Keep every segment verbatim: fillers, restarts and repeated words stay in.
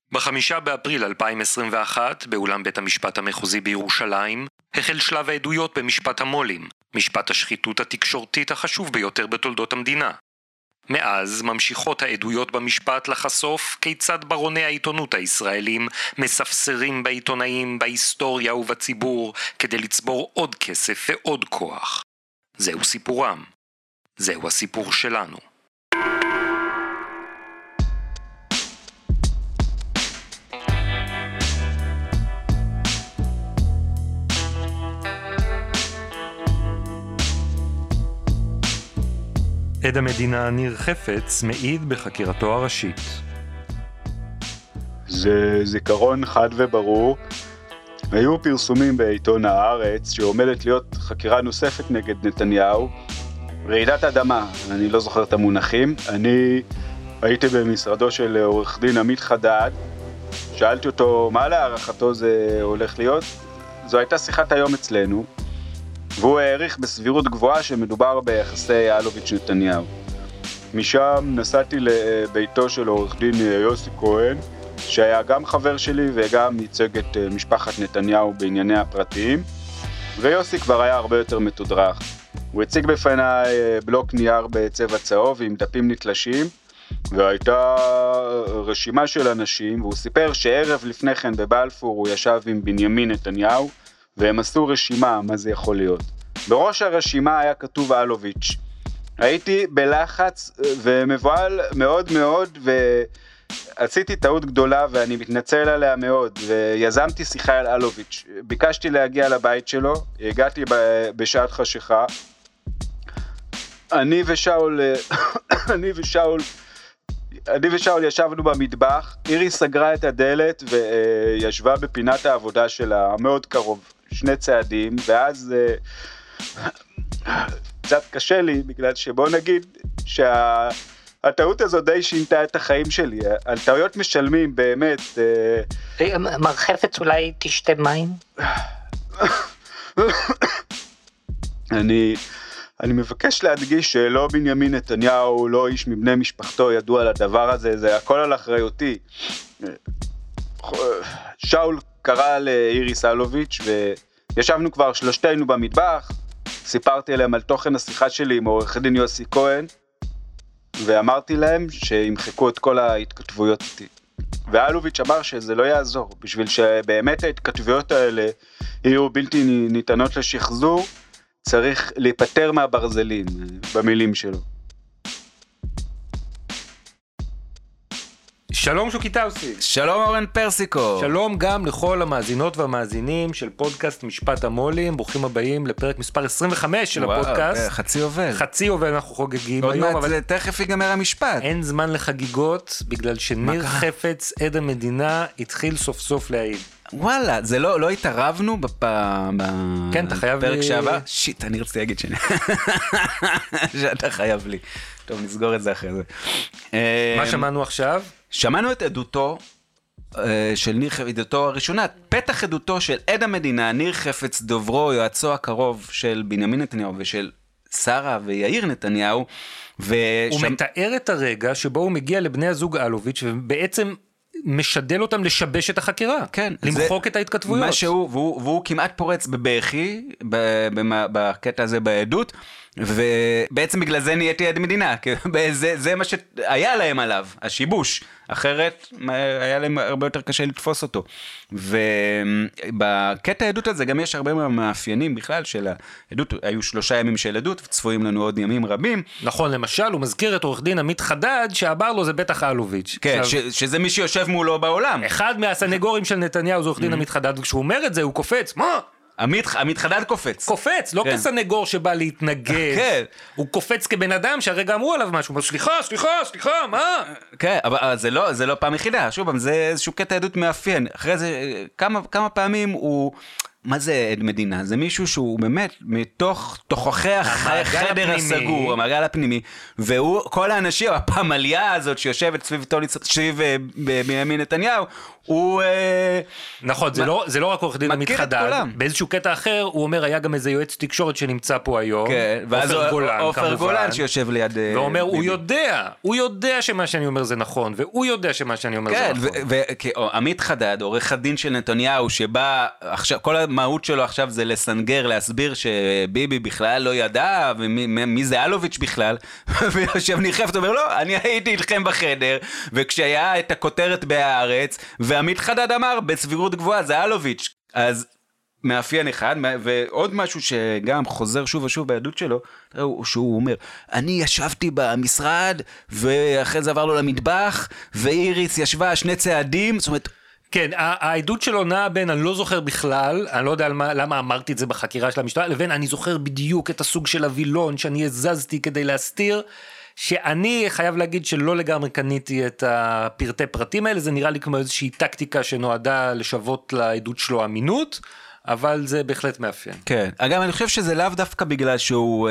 בחמישה באפריל אלפיים עשרים ואחת, באולם בית המשפט המחוזי בירושלים, החל שלב העדויות במשפט המולים, משפט השחיתות התקשורתית החשוב ביותר בתולדות המדינה. מאז ממשיכות העדויות במשפט לחשוף כיצד ברוני העיתונות הישראלים מספסרים בעיתונאים, בהיסטוריה ובציבור כדי לצבור עוד כסף ועוד כוח. זהו סיפורם. זהו הסיפור שלנו. עד המדינה ניר חפץ מעיד בחקירתו הראשית. זה זיכרון חד וברור. היו פרסומים בעיתון הארץ שעומדת להיות חקירה נוספת נגד נתניהו. רעידת אדמה, אני לא זוכר את המונחים. אני הייתי במשרדו של עורך דין עמית חדד. שאלתי אותו מה להערכתו זה הולך להיות. זו הייתה שיחת היום אצלנו. והוא העריך בסבירות גבוהה שמדובר ביחסי אלוביץ' נתניהו. משם נסעתי לביתו של עורך דין יוסי כהן, שהיה גם חבר שלי וגם ייצג את משפחת נתניהו בענייני הפרטיים, ויוסי כבר היה הרבה יותר מתודרך. הוא הציג בפניי בלוק נייר בצבע צהוב עם דפים נתלשים, והייתה רשימה של אנשים, והוא סיפר שערב לפני כן בבלפור הוא ישב עם בנימין נתניהו, והם עשו רשימה, מה זה יכול להיות. בראש הרשימה היה כתוב אלוביץ'. הייתי בלחץ ומבועל מאוד מאוד, ועשיתי טעות גדולה ואני מתנצל עליה מאוד, ויזמתי שיחה על אלוביץ'. ביקשתי להגיע לבית שלו, הגעתי בשעת חשיכה. אני ושאול, אני ושאול, אני ושאול ישבנו במטבח, אירי סגרה את הדלת וישבה בפינת העבודה שלה מאוד קרוב. שני צעדים, ואז קצת קשה לי, בגלל שבוא נגיד שהטעות הזו די שינתה את החיים שלי. על טעויות משלמים, באמת. מר חפץ, אולי תשתה מים? אני, אני מבקש להדגיש שלא בנימין נתניהו, לא איש מבני משפחתו ידוע על הדבר הזה, זה הכל על אחריותי. שאול קרא לאיריס אלוביץ' וישבנו כבר שלושתנו במטבח, סיפרתי עליהם על תוכן השיחה שלי עם עורך דין יוסי כהן, ואמרתי להם שימחקו את כל ההתכתבויות איתי. ואלוביץ' אמר שזה לא יעזור, בשביל שבאמת ההתכתבויות האלה יהיו בלתי ניתנות לשחזור, צריך להיפטר מהברזלים, במילים שלו. שלום שוקי טאוסי. שלום אורן פרסיקו. שלום גם לכל המאזינות והמאזינים של פודקאסט משפט המולים. ברוכים הבאים לפרק מספר עשרים וחמש של וואו, הפודקאסט. חצי עובל. חצי עובל אנחנו חוגגים עוד היום. מעט אבל... תכף ייגמר המשפט. אין זמן לחגיגות, בגלל שניר חפץ, עד המדינה, התחיל סוף סוף להעיד. וואלה, זה לא, לא התערבנו בפעם... כן, אתה חייב בפרק לי... שעבר? שיט, אני רציתי להגיד שאני... שאתה חייב לי. טוב, נסגור את זה אחרי זה. מה שמענו עכשיו? שמענו את עדותו של ניר חפץ, עדותו הראשונה, פתח עדותו של עד המדינה, ניר חפץ דוברו, יועצו הקרוב של בנימין נתניהו ושל שרה ויאיר נתניהו. ושם... הוא מתאר את הרגע שבו הוא מגיע לבני הזוג אלוביץ' ובעצם משדל אותם לשבש את החקירה, כן, למחוק זה... את ההתכתבויות. מה שהוא, והוא, והוא כמעט פורץ בבכי, בקטע הזה בעדות, ובעצם בגלל זה נהייתי עד מדינה, כי זה, זה מה שהיה להם עליו, השיבוש, אחרת היה להם הרבה יותר קשה לתפוס אותו. ובקטע העדות הזה גם יש הרבה מאפיינים בכלל של העדות, היו שלושה ימים של עדות, וצפויים לנו עוד ימים רבים. נכון, למשל, הוא מזכיר את עורך דין עמית חדד, שהבר לו זה בטח אלוביץ'. כן, עכשיו... ש- שזה מי שיושב מולו בעולם. אחד מהסנגורים של נתניהו זה עורך דין עמית חדד, וכשהוא אומר את זה הוא קופץ, מה? עמית, עמית חדד קופץ. קופץ, לא כן. כסנגור שבא להתנגד. כן. הוא קופץ כבן אדם שהרגע אמרו עליו משהו, הוא אומר, סליחה, סליחה, סליחה, מה? כן, אבל זה לא, זה לא פעם יחידה, שוב, זה איזשהו קטע עדות מאפיין. אחרי זה, כמה, כמה פעמים הוא מה זה עד מדינה? זה מישהו שהוא באמת מתוך תוככי החדר הסגור, המעגל הפנימי, והוא, כל האנשים, הפמליה הזאת שיושבת סביב טוליס, סביב בנימין נתניהו, הוא... נכון, זה לא, זה לא רק עורך דין עמית חדד, באיזשהו קטע אחר הוא אומר, היה גם איזה יועץ תקשורת שנמצא פה היום, עופר גולן, עופר גולן שיושב ליד... ואומר, הוא יודע, הוא יודע שמה שאני אומר זה נכון, והוא יודע שמה שאני אומר זה נכון. ועמית חדד, עורך הדין של נתניהו, שבא, כל המהות שלו עכשיו זה לסנגר, להסביר שביבי בכלל לא ידע, ומי זה אלוביץ' בכלל, ויושב נחרפת, אומר, לא, אני הייתי איתכם בחדר, וכשהיה את הכותרת בהארץ, ועמית חדד אמר, בסבירות גבוהה, זה אלוביץ'. אז מאפיין אחד, ועוד משהו שגם חוזר שוב ושוב בעדות שלו, שהוא אומר, אני ישבתי במשרד, ואחרי זה עבר לו למטבח, ואיריס ישבה שני צעדים, זאת אומרת, כן, העדות שלו נעה בין, אני לא זוכר בכלל, אני לא יודע למה אמרתי את זה בחקירה של המשטרה, לבין אני זוכר בדיוק את הסוג של הווילון, שאני הזזתי כדי להסתיר, שאני חייב להגיד שלא לגמרי קניתי את הפרטי פרטים האלה, זה נראה לי כמו איזושהי טקטיקה שנועדה לשוות לעדות שלו אמינות, אבל זה בהחלט מאפיין. כן, אגב אני חושב שזה לאו דווקא בגלל שהוא אה,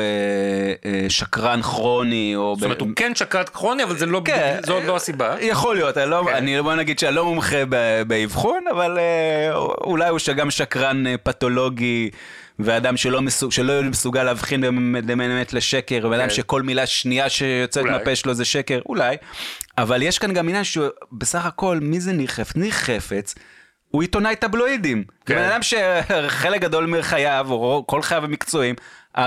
אה, שקרן כרוני, או... זאת אומרת, ב... הוא כן שקרן כרוני, אבל זה לא, כן, זו לא הסיבה. יכול להיות, אני, לא, כן. אני בוא נגיד שאני לא מומחה באבחון, אבל אה, אולי הוא גם שקרן אה, פתולוגי, ואדם שלא, מסוג, שלא מסוגל להבחין בין אמת לשקר, ואדם כן. שכל מילה שנייה שיוצאת מהפה שלו זה שקר, אולי. אבל יש כאן גם עניין שבסך הכל, מי זה ניר חפץ? ניר חפץ, הוא עיתונאי טבלואידים. כן. זה בן אדם שחלק גדול מחייו, או כל חייו המקצועיים,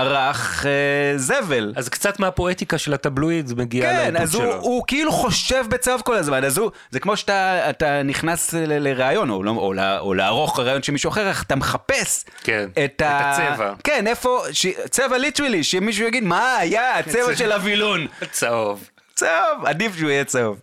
ערך אה, זבל. אז קצת מהפואטיקה של הטבלואיד מגיעה כן, לעדות אז שלו. הוא, הוא כאילו חושב בצו כל הזמן, אז הוא, זה כמו שאתה אתה נכנס ל- לרעיון, או, או, או לערוך רעיון שמישהו אחר, אתה מחפש כן, את, את ה... הצבע. כן, איפה, ש... צבע ליטרלי, שמישהו יגיד, מה היה הצבע של הווילון? צהוב. צהוב, עדיף שהוא יהיה צהוב.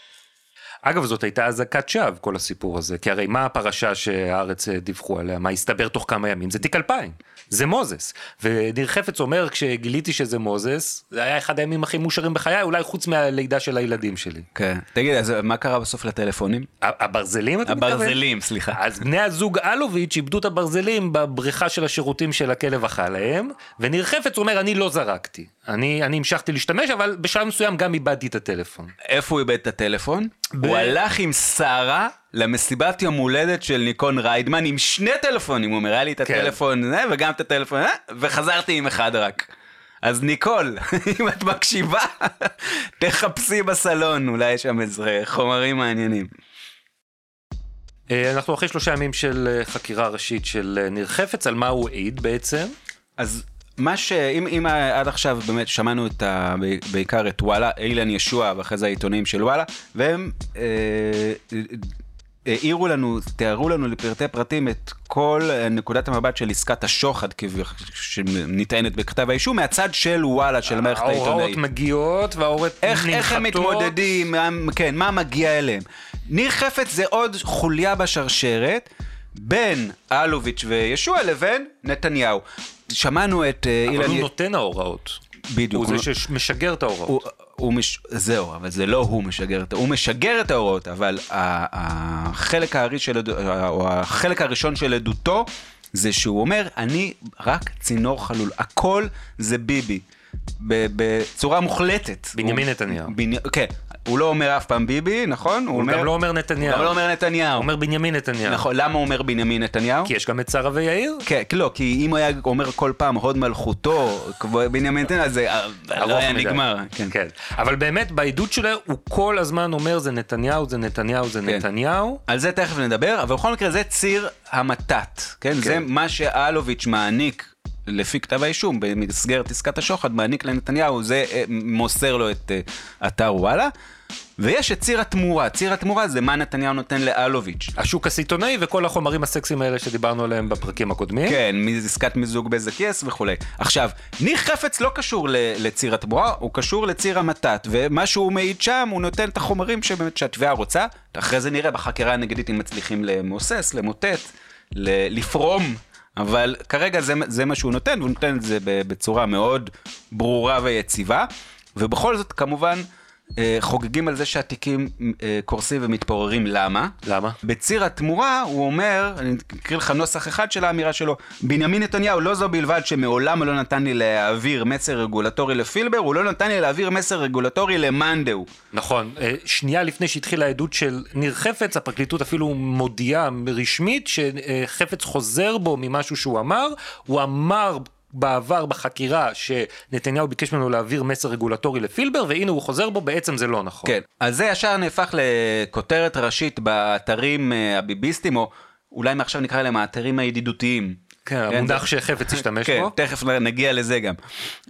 אגב, זאת הייתה הזקת שווא, כל הסיפור הזה, כי הרי מה הפרשה שהארץ דיווחו עליה, מה הסתבר תוך כמה ימים? זה תיק אלפיים, זה מוזס. וניר חפץ אומר, כשגיליתי שזה מוזס, זה היה אחד הימים הכי מאושרים בחיי, אולי חוץ מהלידה של הילדים שלי. כן. תגיד, אז מה קרה בסוף לטלפונים? הברזלים, אתה מתכוון? הברזלים, סליחה. אז בני הזוג אלוביץ' איבדו את הברזלים בבריכה של השירותים של הכלב אכל להם, וניר חפץ אומר, אני לא זרקתי. אני, אני המשכתי להשתמש, אבל בשלב מסוים גם איבדתי את הטלפון. איפה הוא איבד את הטלפון? ב... הוא הלך עם שרה למסיבת יום הולדת של ניקון ריידמן, עם שני טלפונים, הוא אומר, היה לי את הטלפון, כן. וגם את הטלפון, וחזרתי עם אחד רק. אז ניקול, אם את מקשיבה, תחפשי בסלון, אולי יש שם איזה חומרים מעניינים. אנחנו אחרי שלושה ימים של חקירה ראשית של ניר חפץ, על מה הוא העיד בעצם? אז... מה שאם אם עד עכשיו באמת שמענו את ה, בעיקר את וואלה, אילן ישוע ואחרי זה העיתונאים של וואלה, והם העירו אה, לנו, תיארו לנו לפרטי פרטים את כל נקודת המבט של עסקת השוחד שנטענת בכתב האישום, מהצד של וואלה, של מערכת העיתונאית. ההוראות מגיעות וההוראות איך, איך הם מתמודדים, מה, כן, מה מגיע אליהם. ניר חפץ זה עוד חוליה בשרשרת, בין אלוביץ' וישוע לבין נתניהו. שמענו את אבל אילן... הוא נותן ההוראות. בדיוק. הוא זה שמשגר את ההוראות. הוא, הוא מש... זהו, אבל זה לא הוא משגר את... הוא משגר את ההוראות, אבל החלק, של... או החלק הראשון של עדותו, זה שהוא אומר, אני רק צינור חלול. הכל זה ביבי. בצורה מוחלטת. בנימין נתניהו. בני... כן. הוא לא אומר אף פעם ביבי, נכון? הוא, הוא אומר, גם לא אומר נתניהו. הוא גם לא אומר נתניהו. הוא אומר בנימין נתניהו. נכון, למה הוא אומר בנימין נתניהו? כי יש גם את שרה ויאיר. כן, לא, כי אם הוא היה אומר כל פעם הוד מלכותו, בנימין נתניהו, זה לא היה נגמר. כן. כן. אבל באמת, בעדות שלו, הוא כל הזמן אומר, זה נתניהו, זה נתניהו, זה כן. נתניהו. על זה תכף נדבר, אבל בכל מקרה, זה ציר המתת. כן? כן. זה מה שאלוביץ' מעניק, לפי כתב האישום, במסגרת עסקת השוחד, מעניק לנתניהו, זה מוסר לו את אתר וואלה, ויש את ציר התמורה. ציר התמורה זה מה נתניהו נותן לאלוביץ'. השוק הסיטונאי וכל החומרים הסקסיים האלה שדיברנו עליהם בפרקים הקודמים. כן, עסקת מיזוג בזק-יס וכו'. עכשיו, ניר חפץ לא קשור לציר התמורה, הוא קשור לציר המתת, ומה שהוא מעיד שם, הוא נותן את החומרים שבאמת שהתביעה רוצה, אחרי זה נראה בחקירה הנגדית אם מצליחים למוסס, למוטט, לפרום, אבל כרגע זה, זה מה שהוא נותן, והוא נותן את זה בצורה מאוד ברורה ויציבה, ובכל זאת כמובן חוגגים על זה שהתיקים קורסים ומתפוררים. למה? למה? בציר התמורה הוא אומר, אני אקריא לך נוסח אחד של האמירה שלו, בנימין נתניהו לא זו בלבד שמעולם לא נתן לי להעביר מסר רגולטורי לפילבר, הוא לא נתן לי להעביר מסר רגולטורי למנדאו. נכון, שנייה לפני שהתחילה העדות של ניר חפץ, הפרקליטות אפילו מודיעה רשמית שחפץ חוזר בו ממשהו שהוא אמר, הוא אמר בעבר בחקירה שנתניהו ביקש ממנו להעביר מסר רגולטורי לפילבר, והנה הוא חוזר בו, בעצם זה לא נכון. כן, אז זה ישר נהפך לכותרת ראשית באתרים הביביסטים, או אולי מעכשיו נקרא להם האתרים הידידותיים. כן, המונח שחפץ השתמש בו. כן, תכף נגיע לזה גם.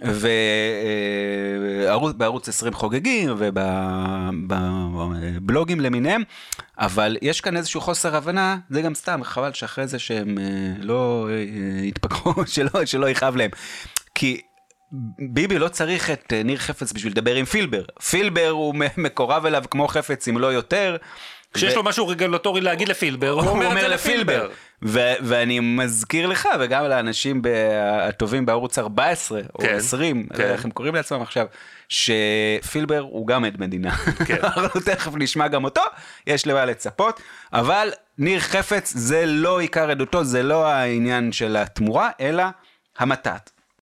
ובערוץ עשרים חוגגים, ובבלוגים למיניהם, אבל יש כאן איזשהו חוסר הבנה, זה גם סתם, חבל שאחרי זה שהם לא יתפקחו, שלא יכאב להם. כי ביבי לא צריך את ניר חפץ בשביל לדבר עם פילבר. פילבר הוא מקורב אליו כמו חפץ, אם לא יותר. כשיש לו משהו רגולטורי להגיד לפילבר, הוא אומר לפילבר. ואני מזכיר לך, וגם לאנשים הטובים בערוץ ארבע עשרה או עשרים, איך הם קוראים לעצמם עכשיו, שפילבר הוא גם עד מדינה. אנחנו תכף נשמע גם אותו, יש למה לצפות, אבל ניר חפץ זה לא עיקר עדותו, זה לא העניין של התמורה, אלא המתת.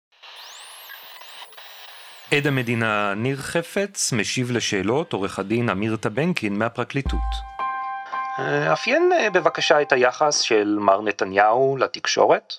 עד המדינה ניר חפץ משיב לשאלות עורך הדין אמיר טבנקין מהפרקליטות. אפיין בבקשה את היחס של מר נתניהו לתקשורת.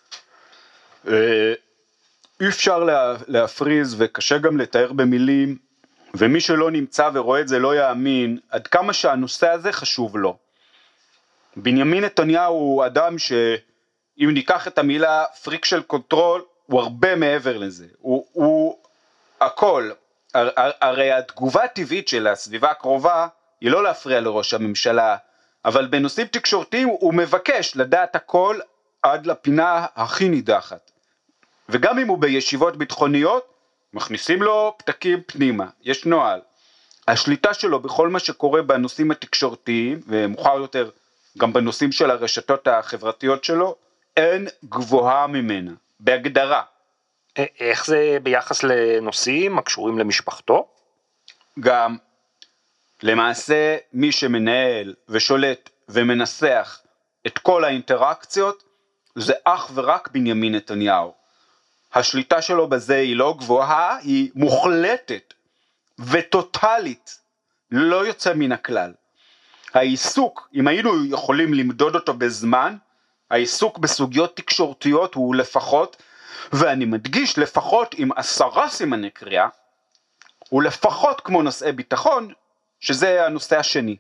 אי אפשר להפריז וקשה גם לתאר במילים, ומי שלא נמצא ורואה את זה לא יאמין עד כמה שהנושא הזה חשוב לו. בנימין נתניהו הוא אדם שאם ניקח את המילה פריק של קונטרול, הוא הרבה מעבר לזה. הוא, הוא הכל, הרי התגובה הטבעית של הסביבה הקרובה היא לא להפריע לראש הממשלה, אבל בנושאים תקשורתיים הוא מבקש לדעת הכל עד לפינה הכי נידחת. וגם אם הוא בישיבות ביטחוניות, מכניסים לו פתקים פנימה, יש נוהל. השליטה שלו בכל מה שקורה בנושאים התקשורתיים, ומאוחר יותר גם בנושאים של הרשתות החברתיות שלו, אין גבוהה ממנה, בהגדרה. איך זה ביחס לנושאים הקשורים למשפחתו? גם למעשה מי שמנהל ושולט ומנסח את כל האינטראקציות זה אך ורק בנימין נתניהו. השליטה שלו בזה היא לא גבוהה, היא מוחלטת וטוטלית, לא יוצא מן הכלל. העיסוק, אם היינו יכולים למדוד אותו בזמן, העיסוק בסוגיות תקשורתיות הוא לפחות, ואני מדגיש לפחות עם עשרה סימני קריאה, הוא לפחות כמו נושאי ביטחון, שזה הנושא השני.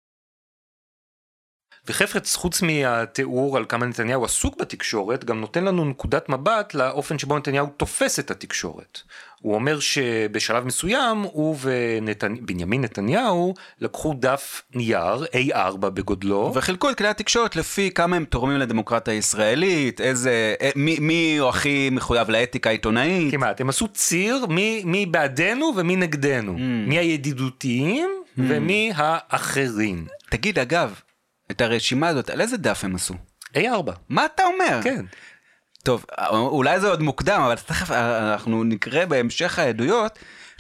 וחפץ, חוץ מהתיאור על כמה נתניהו עסוק בתקשורת, גם נותן לנו נקודת מבט לאופן שבו נתניהו תופס את התקשורת. הוא אומר שבשלב מסוים הוא ובנימין נתניהו לקחו דף נייר, איי ארבע בגודלו. וחילקו את כלי התקשורת לפי כמה הם תורמים לדמוקרטיה הישראלית, איזה, מי, מי הוא הכי מחויב לאתיקה העיתונאית. כמעט, הם עשו ציר מי, מי בעדנו ומי נגדנו. Mm. מי הידידותיים mm. ומי האחרים. תגיד אגב, את הרשימה הזאת, על איזה דף הם עשו? איי ארבע. מה אתה אומר? כן. טוב, אולי זה עוד מוקדם, אבל תכף אנחנו נקרא בהמשך העדויות,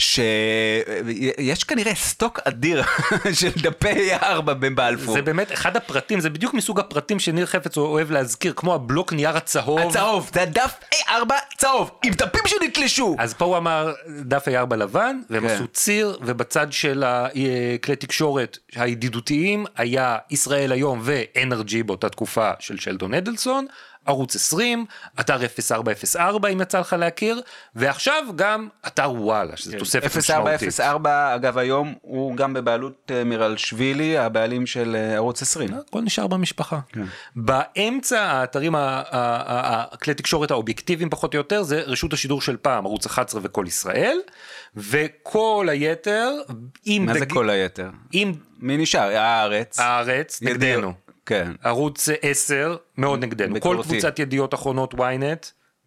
שיש כנראה סטוק אדיר של דפי איי ארבע בבלפור. זה באמת אחד הפרטים, זה בדיוק מסוג הפרטים שניר חפץ אוהב להזכיר, כמו הבלוק נייר הצהוב. הצהוב, זה הדף איי ארבע צהוב, עם דפים שנתלשו. אז פה הוא אמר דף איי ארבע לבן, והם עשו ציר, ובצד של כלי תקשורת הידידותיים, היה ישראל היום ו-אן אר ג'י באותה תקופה של שלדון אדלסון, ערוץ עשרים, אתר אפס ארבע אפס ארבע אם יצא לך להכיר, ועכשיו גם אתר וואלה, שזה תוספת משמעותית. אפס ארבע אפס ארבע, אגב היום, הוא גם בבעלות מירלשווילי, הבעלים של ערוץ עשרים. הכל נשאר במשפחה. באמצע האתרים, הכלי תקשורת האובייקטיביים פחות או יותר, זה רשות השידור של פעם, ערוץ אחת עשרה וכל ישראל, וכל היתר, מה זה כל היתר? מי נשאר? הארץ. הארץ, נגדנו. כן. ערוץ עשר, מאוד נגדנו. כל קבוצת ידיעות אחרונות, וויינט,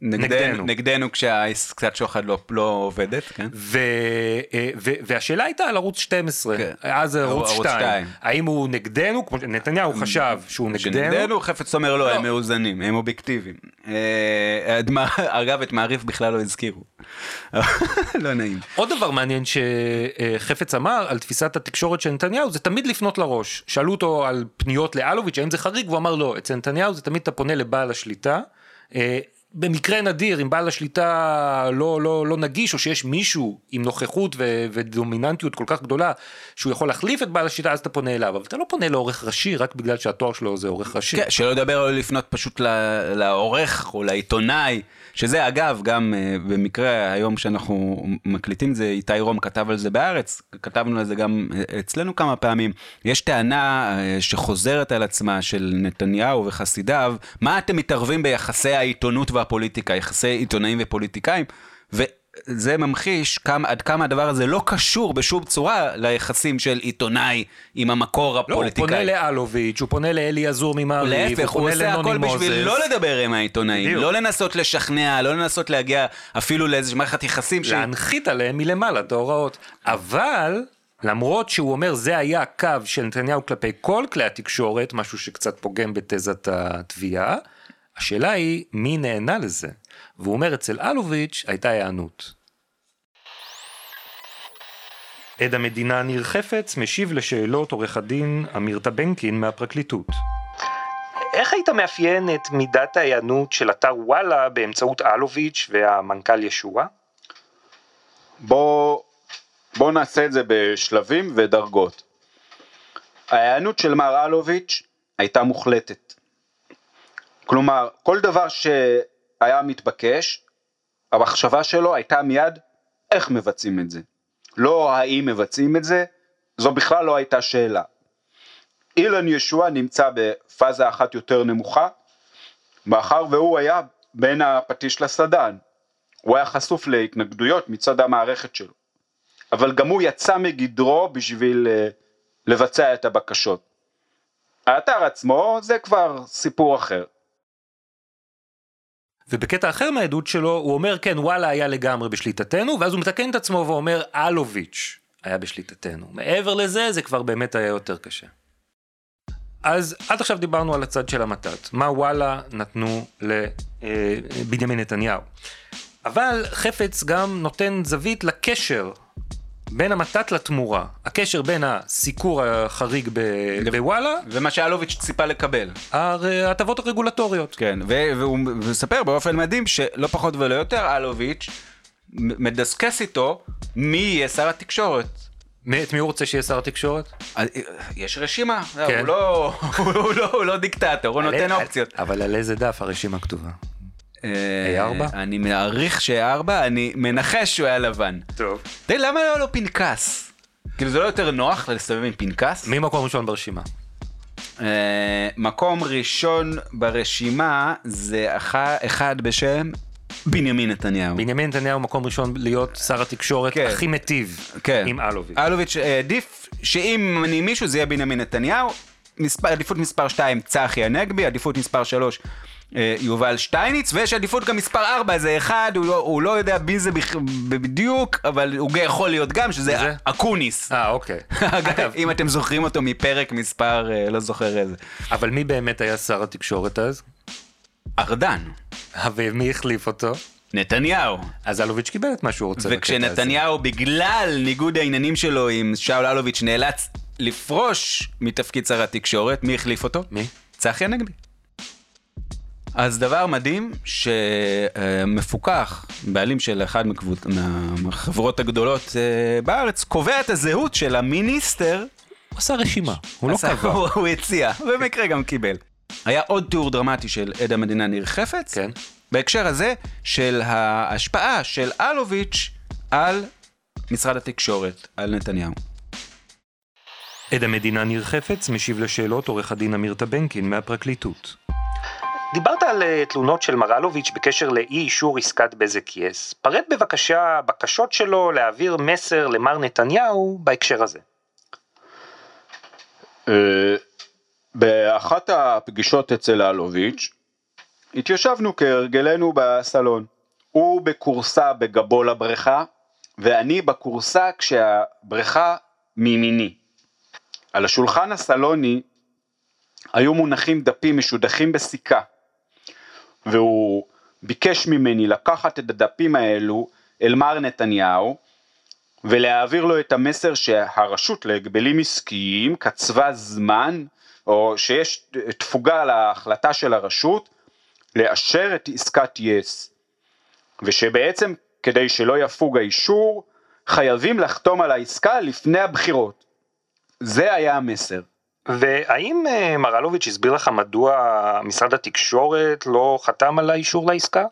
נגדנו, נגדנו כשהעסקת שוחד לא, לא עובדת, כן? ו, ו, והשאלה הייתה על ערוץ שתים עשרה, כן. אז ערוץ שתיים, האם הוא נגדנו, כמו נתניהו חשב שהוא נגדנו? שנגדנו, חפץ אומר לא, לא, הם מאוזנים, הם אובייקטיביים. אגב, את מעריף בכלל לא הזכירו. לא נעים. עוד דבר מעניין שחפץ אמר על תפיסת התקשורת של נתניהו, זה תמיד לפנות לראש. שאלו אותו על פניות לאלוביץ', האם זה חריג, והוא אמר לא, אצל נתניהו זה תמיד אתה פונה לבעל השליטה, במקרה נדיר, אם בעל השליטה לא, לא, לא נגיש, או שיש מישהו עם נוכחות ו- ודומיננטיות כל כך גדולה, שהוא יכול להחליף את בעל השליטה, אז אתה פונה אליו, אבל אתה לא פונה לעורך ראשי, רק בגלל שהתואר שלו זה עורך ראשי. כן, שלא לדבר או לפנות פשוט לעורך או לעיתונאי, שזה אגב, גם במקרה היום שאנחנו מקליטים זה, איתי רום כתב על זה בארץ, כתבנו על זה גם אצלנו כמה פעמים, יש טענה שחוזרת על עצמה של נתניהו וחסידיו, מה אתם מתערבים ביחסי העיתונות והפוליטיקה, יחסי עיתונאים ופוליטיקאים, וזה ממחיש כמה, עד כמה הדבר הזה לא קשור בשום צורה ליחסים של עיתונאי עם המקור הפוליטיקאי. לא, הוא פונה לאלוביץ', הוא פונה לאלי עזור ממעריב, להפך, הוא, הוא עושה הכל בשביל לא לדבר עם העיתונאים, בדיוק. לא לנסות לשכנע, לא לנסות להגיע אפילו לאיזושהי מערכת יחסים. להנחית ש... עליהם מלמעלה את ההוראות. אבל... למרות שהוא אומר זה היה הקו של נתניהו כלפי כל כלי התקשורת, משהו שקצת פוגם בתזת התביעה, השאלה היא מי נהנה לזה, והוא אומר אצל אלוביץ' הייתה הענות. עד המדינה ניר חפץ משיב לשאלות עורך הדין אמיר טבנקין מהפרקליטות. איך היית מאפיין את מידת הענות של אתר וואלה באמצעות אלוביץ' והמנכ"ל ישוע? בוא, בוא נעשה את זה בשלבים ודרגות. הענות של מר אלוביץ' הייתה מוחלטת. כלומר, כל דבר שהיה מתבקש, המחשבה שלו הייתה מיד איך מבצעים את זה. לא האם מבצעים את זה, זו בכלל לא הייתה שאלה. אילן ישוע נמצא בפאזה אחת יותר נמוכה, מאחר והוא היה בין הפטיש לסדן. הוא היה חשוף להתנגדויות מצד המערכת שלו. אבל גם הוא יצא מגדרו בשביל לבצע את הבקשות. האתר עצמו זה כבר סיפור אחר. ובקטע אחר מהעדות שלו, הוא אומר, כן, וואלה היה לגמרי בשליטתנו, ואז הוא מתקן את עצמו ואומר, אלוביץ' היה בשליטתנו. מעבר לזה, זה כבר באמת היה יותר קשה. אז עד עכשיו דיברנו על הצד של המתת. מה וואלה נתנו לבנימין נתניהו. אבל חפץ גם נותן זווית לקשר בין המתת לתמורה. הקשר בין הסיקור החריג בוואלה. ומה שאלוביץ' ציפה לקבל. ההטבות הרגולטוריות. כן, והוא מספר באופן מדהים שלא פחות ולא יותר, אלוביץ' מדסקס איתו מי יהיה שר התקשורת. את מי הוא רוצה שיהיה שר התקשורת? יש רשימה, הוא לא דיקטטור, הוא נותן אופציות. אבל על איזה דף הרשימה כתובה? איי ארבע? אני מעריך ש-איי ארבע, אני מנחש שהוא היה לבן. טוב. די, למה לא לו פנקס? כאילו זה לא יותר נוח לסתובב עם פנקס? מי מקום ראשון ברשימה? מקום ראשון ברשימה זה אחד בשם בנימין נתניהו. בנימין נתניהו מקום ראשון להיות שר התקשורת הכי מטיב עם אלוביץ'. אלוביץ' עדיף שאם אני מישהו זה יהיה בנימין נתניהו. עדיפות מספר שתיים צחי הנגבי, עדיפות מספר שלוש יובל שטייניץ, ויש עדיפות גם מספר ארבע, זה אחד, הוא לא, הוא לא יודע בי זה בדיוק, אבל הוא יכול להיות גם, שזה זה? אקוניס. אה, אוקיי. אגב, אם אתם זוכרים אותו מפרק מספר, לא זוכר איזה. אבל מי באמת היה שר התקשורת אז? ארדן. ומי החליף אותו? נתניהו. אז אלוביץ' קיבל את מה שהוא רוצה. וכשנתניהו, בגלל ניגוד העניינים שלו עם שאול אלוביץ', נאלץ לפרוש מתפקיד שר התקשורת, מי החליף אותו? מי? צחי הנגבי. אז דבר מדהים שמפוקח, בעלים של אחד מהחברות הגדולות בארץ, קובע את הזהות של המיניסטר. הוא עשה רשימה, הוא לא קבע. הוא הציע, במקרה גם קיבל. היה עוד תיאור דרמטי של עד המדינה ניר חפץ, כן. בהקשר הזה של ההשפעה של אלוביץ' על משרד התקשורת, על נתניהו. עד המדינה ניר חפץ משיב לשאלות עורך הדין אמיר טבנקין מהפרקליטות. דיברת על תלונות של מר אלוביץ' בקשר לאי אישור עסקת בזק יס. פרט בבקשה בקשות שלו להעביר מסר למר נתניהו בהקשר הזה. באחת הפגישות אצל אלוביץ' התיישבנו כהרגלנו בסלון. הוא בקורסה בגבו לבריכה, ואני בקורסה כשהבריכה מימיני. על השולחן הסלוני היו מונחים דפים משודכים בסיכה, והוא ביקש ממני לקחת את הדפים האלו אל מר נתניהו, ולהעביר לו את המסר שהרשות להגבלים עסקיים קצבה זמן, או שיש תפוגה על ההחלטה של הרשות, לאשר את עסקת יס, ושבעצם כדי שלא יפוג האישור, חייבים לחתום על העסקה לפני הבחירות. זה היה המסר. והאם מר אלוביץ' הסביר לך מדוע משרד התקשורת לא חתם על האישור לעסקה?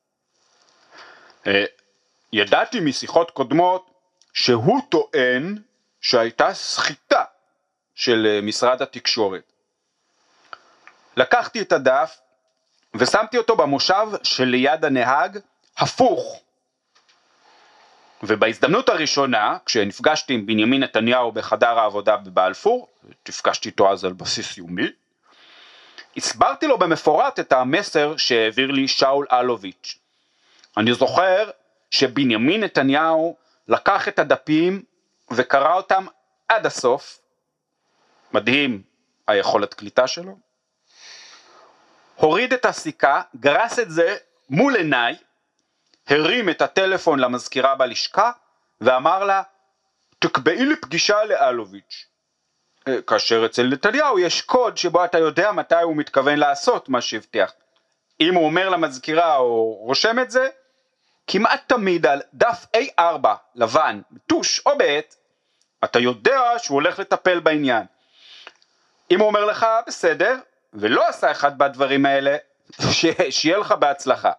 ידעתי משיחות קודמות שהוא טוען שהייתה סחיטה של משרד התקשורת. לקחתי את הדף ושמתי אותו במושב שליד הנהג הפוך. ובהזדמנות הראשונה, כשנפגשתי עם בנימין נתניהו בחדר העבודה בבלפור, תפגשתי איתו אז על בסיס יומי, הסברתי לו במפורט את המסר שהעביר לי שאול אלוביץ'. אני זוכר שבנימין נתניהו לקח את הדפים וקרא אותם עד הסוף, מדהים היכולת קליטה שלו, הוריד את הסיכה, גרס את זה מול עיניי, הרים את הטלפון למזכירה בלשכה, ואמר לה, תקבעי לי פגישה לאלוביץ'. כאשר אצל נתניהו יש קוד שבו אתה יודע מתי הוא מתכוון לעשות מה שהבטיח. אם הוא אומר למזכירה או רושם את זה, כמעט תמיד על דף איי ארבע לבן, טוש או בעט, אתה יודע שהוא הולך לטפל בעניין. אם הוא אומר לך בסדר, ולא עשה אחד בדברים האלה, שיהיה לך בהצלחה.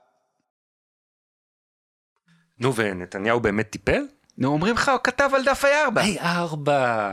נו, ונתניהו באמת טיפל? נו, אומרים לך, הוא כתב על דף איי ארבע. איי ארבע.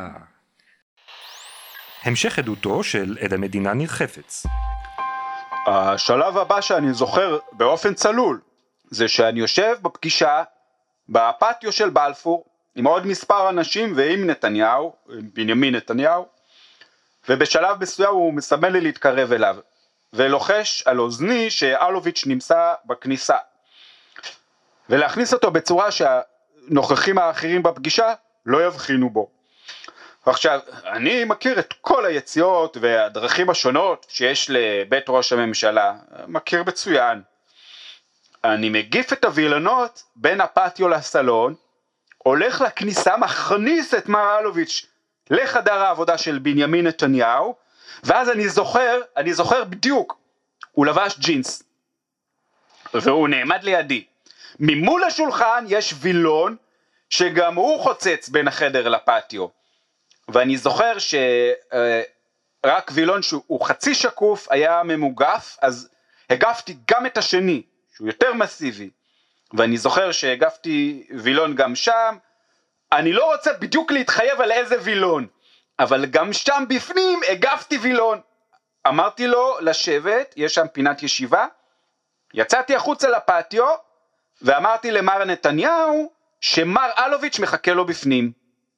המשך עדותו של עד המדינה ניר חפץ. השלב הבא שאני זוכר באופן צלול, זה שאני יושב בפגישה, בפטיו של בלפור, עם עוד מספר אנשים ועם נתניהו, בנימין נתניהו, ובשלב מסוים הוא מסמן לי להתקרב אליו, ולוחש על אוזני שאלוביץ' נמצא בכניסה, ולהכניס אותו בצורה שהנוכחים האחרים בפגישה לא יבחינו בו. עכשיו, אני מכיר את כל היציאות והדרכים השונות שיש לבית ראש הממשלה, מכיר מצוין. אני מגיף את הווילונות בין הפטיו לסלון, הולך לכניסה, מכניס את מר אלוביץ' לחדר העבודה של בנימין נתניהו, ואז אני זוכר, אני זוכר בדיוק, הוא לבש ג'ינס, והוא נעמד לידי. ממול השולחן יש וילון, שגם הוא חוצץ בין החדר לפטיו, ואני זוכר שרק וילון שהוא חצי שקוף היה ממוגף, אז הגפתי גם את השני, שהוא יותר מסיבי, ואני זוכר שהגפתי וילון גם שם, אני לא רוצה בדיוק להתחייב על איזה וילון, אבל גם שם בפנים הגפתי וילון. אמרתי לו לשבת, יש שם פינת ישיבה, יצאתי החוצה לפטיו, ואמרתי למר נתניהו, שמר אלוביץ' מחכה לו בפנים.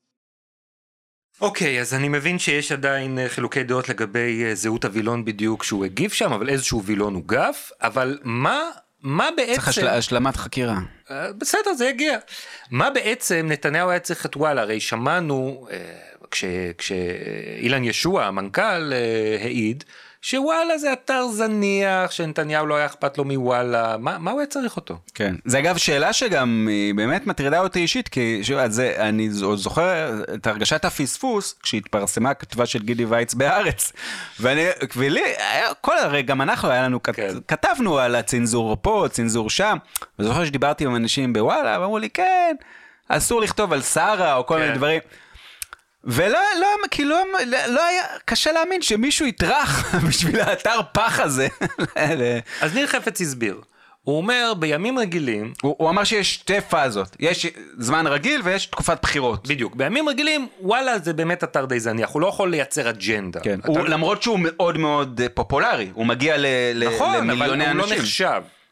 אוקיי, אז אני מבין שיש עדיין חילוקי דעות לגבי זהות הווילון בדיוק שהוא הגיב שם, אבל איזשהו וילון הוא גף, אבל מה... מה בעצם... צריך השלמת חקירה. בסדר, זה הגיע. מה בעצם נתניהו היה צריך את וואלה? הרי שמענו, כש, כשאילן ישוע, המנכ"ל, העיד, שוואלה זה אתר זניח, שנתניהו לא היה אכפת לו מוואלה, מה, מה הוא היה צריך אותו? כן, זה אגב שאלה שגם באמת מטרידה אותי אישית, כי שוב, זה, אני זוכר את הרגשת הפספוס, כשהתפרסמה הכתבה של גידי וייץ בארץ, ואני, ולי, כל הרי גם אנחנו, היה לנו, כן. כתבנו על הצנזור פה, צנזור שם, וזוכר שדיברתי עם אנשים בוואלה, ואמרו לי, כן, אסור לכתוב על שרה, או כל כן. מיני דברים, ולא, לא, כאילו, לא, לא היה, קשה להאמין שמישהו יטרח בשביל האתר פח הזה. אז ניר חפץ הסביר. הוא אומר, בימים רגילים... הוא, הוא אמר שיש שתי פאזות. יש זמן רגיל ויש תקופת בחירות. בדיוק. בימים רגילים, וואלה, זה באמת אתר די זניח. הוא לא יכול לייצר אג'נדה. כן. הוא, למרות שהוא מאוד מאוד פופולרי. הוא מגיע ל, נכון, למיליוני אנשים. נכון, אבל הוא לא נחשב.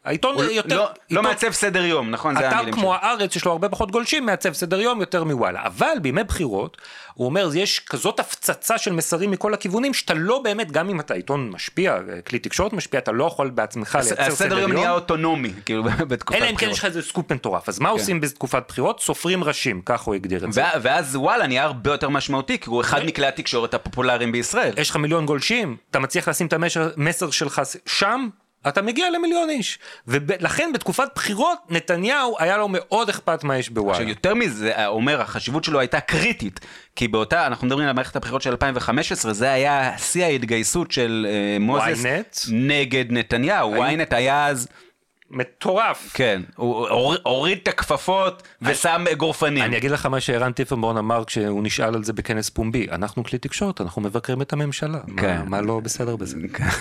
העיתון יותר... לא, לא מעצב סדר יום, נכון? זה אתר כמו הארץ, שיש לו הרבה פחות גולשים, מעצב סדר יום יותר מוואלה. אבל בימי בחירות, הוא אומר, יש כזאת הפצצה של מסרים מכל הכיוונים, שאתה לא באמת, גם אם אתה עיתון משפיע, כלי תקשורת משפיע, אתה לא יכול בעצמך לייצר סדר יום. הסדר יום נהיה אוטונומי, כאילו, בתקופת בחירות. אלא אם כן יש לך איזה סקופ מטורף. אז מה עושים בתקופת בחירות? סופרים ראשים, כך הוא הגדיר את זה. ואז וואלה נהיה הרבה יותר משמעותי, כי הוא אחד מכלי התקשורת הפופולריים בישראל. יש לך מיליון גולשים, אתה מצליח לשים את המסר שלך שם, אתה מגיע למיליון איש, ולכן בתקופת בחירות נתניהו היה לו מאוד אכפת מה יש בוואלה. עכשיו יותר מזה, אומר, החשיבות שלו הייתה קריטית, כי באותה, אנחנו מדברים על מערכת הבחירות של אלפיים וחמש עשרה, זה היה שיא ההתגייסות של uh, מוזס נגד נתניהו, וויינט היה אז... מטורף. כן, הוא הוריד את הכפפות ושם גורפנים. אני אגיד לך מה שערן טיפנבורן אמר כשהוא נשאל על זה בכנס פומבי, אנחנו כלי תקשורת, אנחנו מבקרים את הממשלה. מה לא בסדר בזה?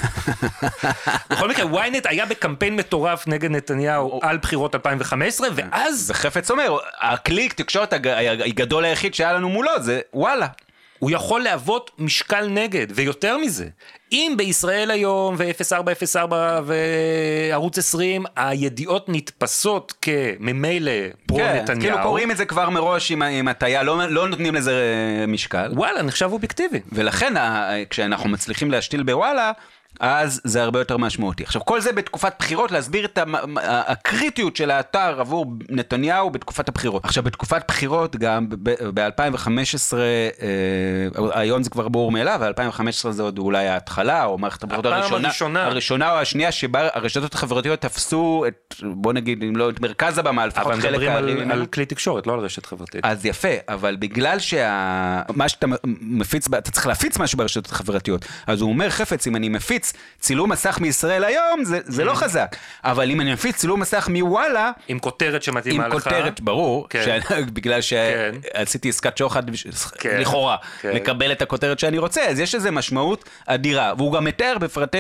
בכל מקרה, וויינט היה בקמפיין מטורף נגד נתניהו על בחירות אלפיים וחמש עשרה, ואז... וחפץ אומר, הכלי תקשורת הגדול היחיד שהיה לנו מולו זה וואלה. הוא יכול להוות משקל נגד, ויותר מזה. אם בישראל היום, ו-אפס ארבע אפס ארבע וערוץ עשרים, הידיעות נתפסות כממילא פרו כן, נתניהו. כאילו קוראים את זה כבר מראש עם, עם הטיה, לא, לא נותנים לזה משקל. וואלה, נחשב אובייקטיבי. ולכן, כשאנחנו מצליחים להשתיל בוואלה, אז זה הרבה יותר משמעותי. עכשיו, כל זה בתקופת בחירות, להסביר את הקריטיות של האתר עבור נתניהו בתקופת הבחירות. עכשיו, בתקופת בחירות, גם ב-אלפיים וחמש עשרה, היום זה כבר ברור מאליו, ו-אלפיים וחמש עשרה זה עוד אולי ההתחלה, או מערכת הבחירות הראשונה, הראשונה או השנייה, שבה הרשתות החברתיות תפסו את, בוא נגיד, אם לא את מרכז הבמה, לפחות חלק... אבל מדברים על כלי תקשורת, לא על רשת חברתית. אז יפה, אבל בגלל שמה שאתה מפיץ, אתה צריך להפיץ משהו ברשתות החברתיות. אז הוא אומר, חפץ, אם אני מפיץ צילום מסך מישראל היום, זה, זה לא חזק. אבל אם אני מפיץ צילום מסך מוואלה... עם כותרת שמתאימה לך. עם כותרת, ברור. כן. ש... בגלל שעשיתי עסקת שוחד כן. לכאורה, כן. לקבל את הכותרת שאני רוצה, אז יש איזו משמעות אדירה. והוא גם מתאר בפרטי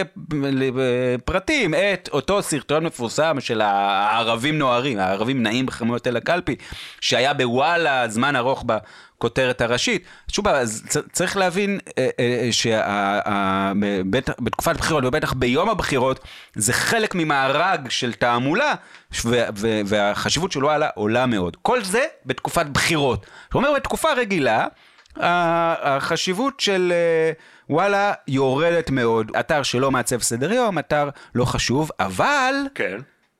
פרטים את אותו סרטון מפורסם של הערבים נוערים, הערבים נעים בחמויות אל הקלפי, שהיה בוואלה זמן ארוך ב... כותרת הראשית. שוב, צריך להבין שבתקופת בחירות, ובטח ביום הבחירות, זה חלק ממארג של תעמולה, והחשיבות שלו עולה מאוד. כל זה בתקופת בחירות. זאת אומרת, בתקופה רגילה, החשיבות של וואלה יורדת מאוד. אתר שלא מעצב סדר יום, אתר לא חשוב, אבל... כן.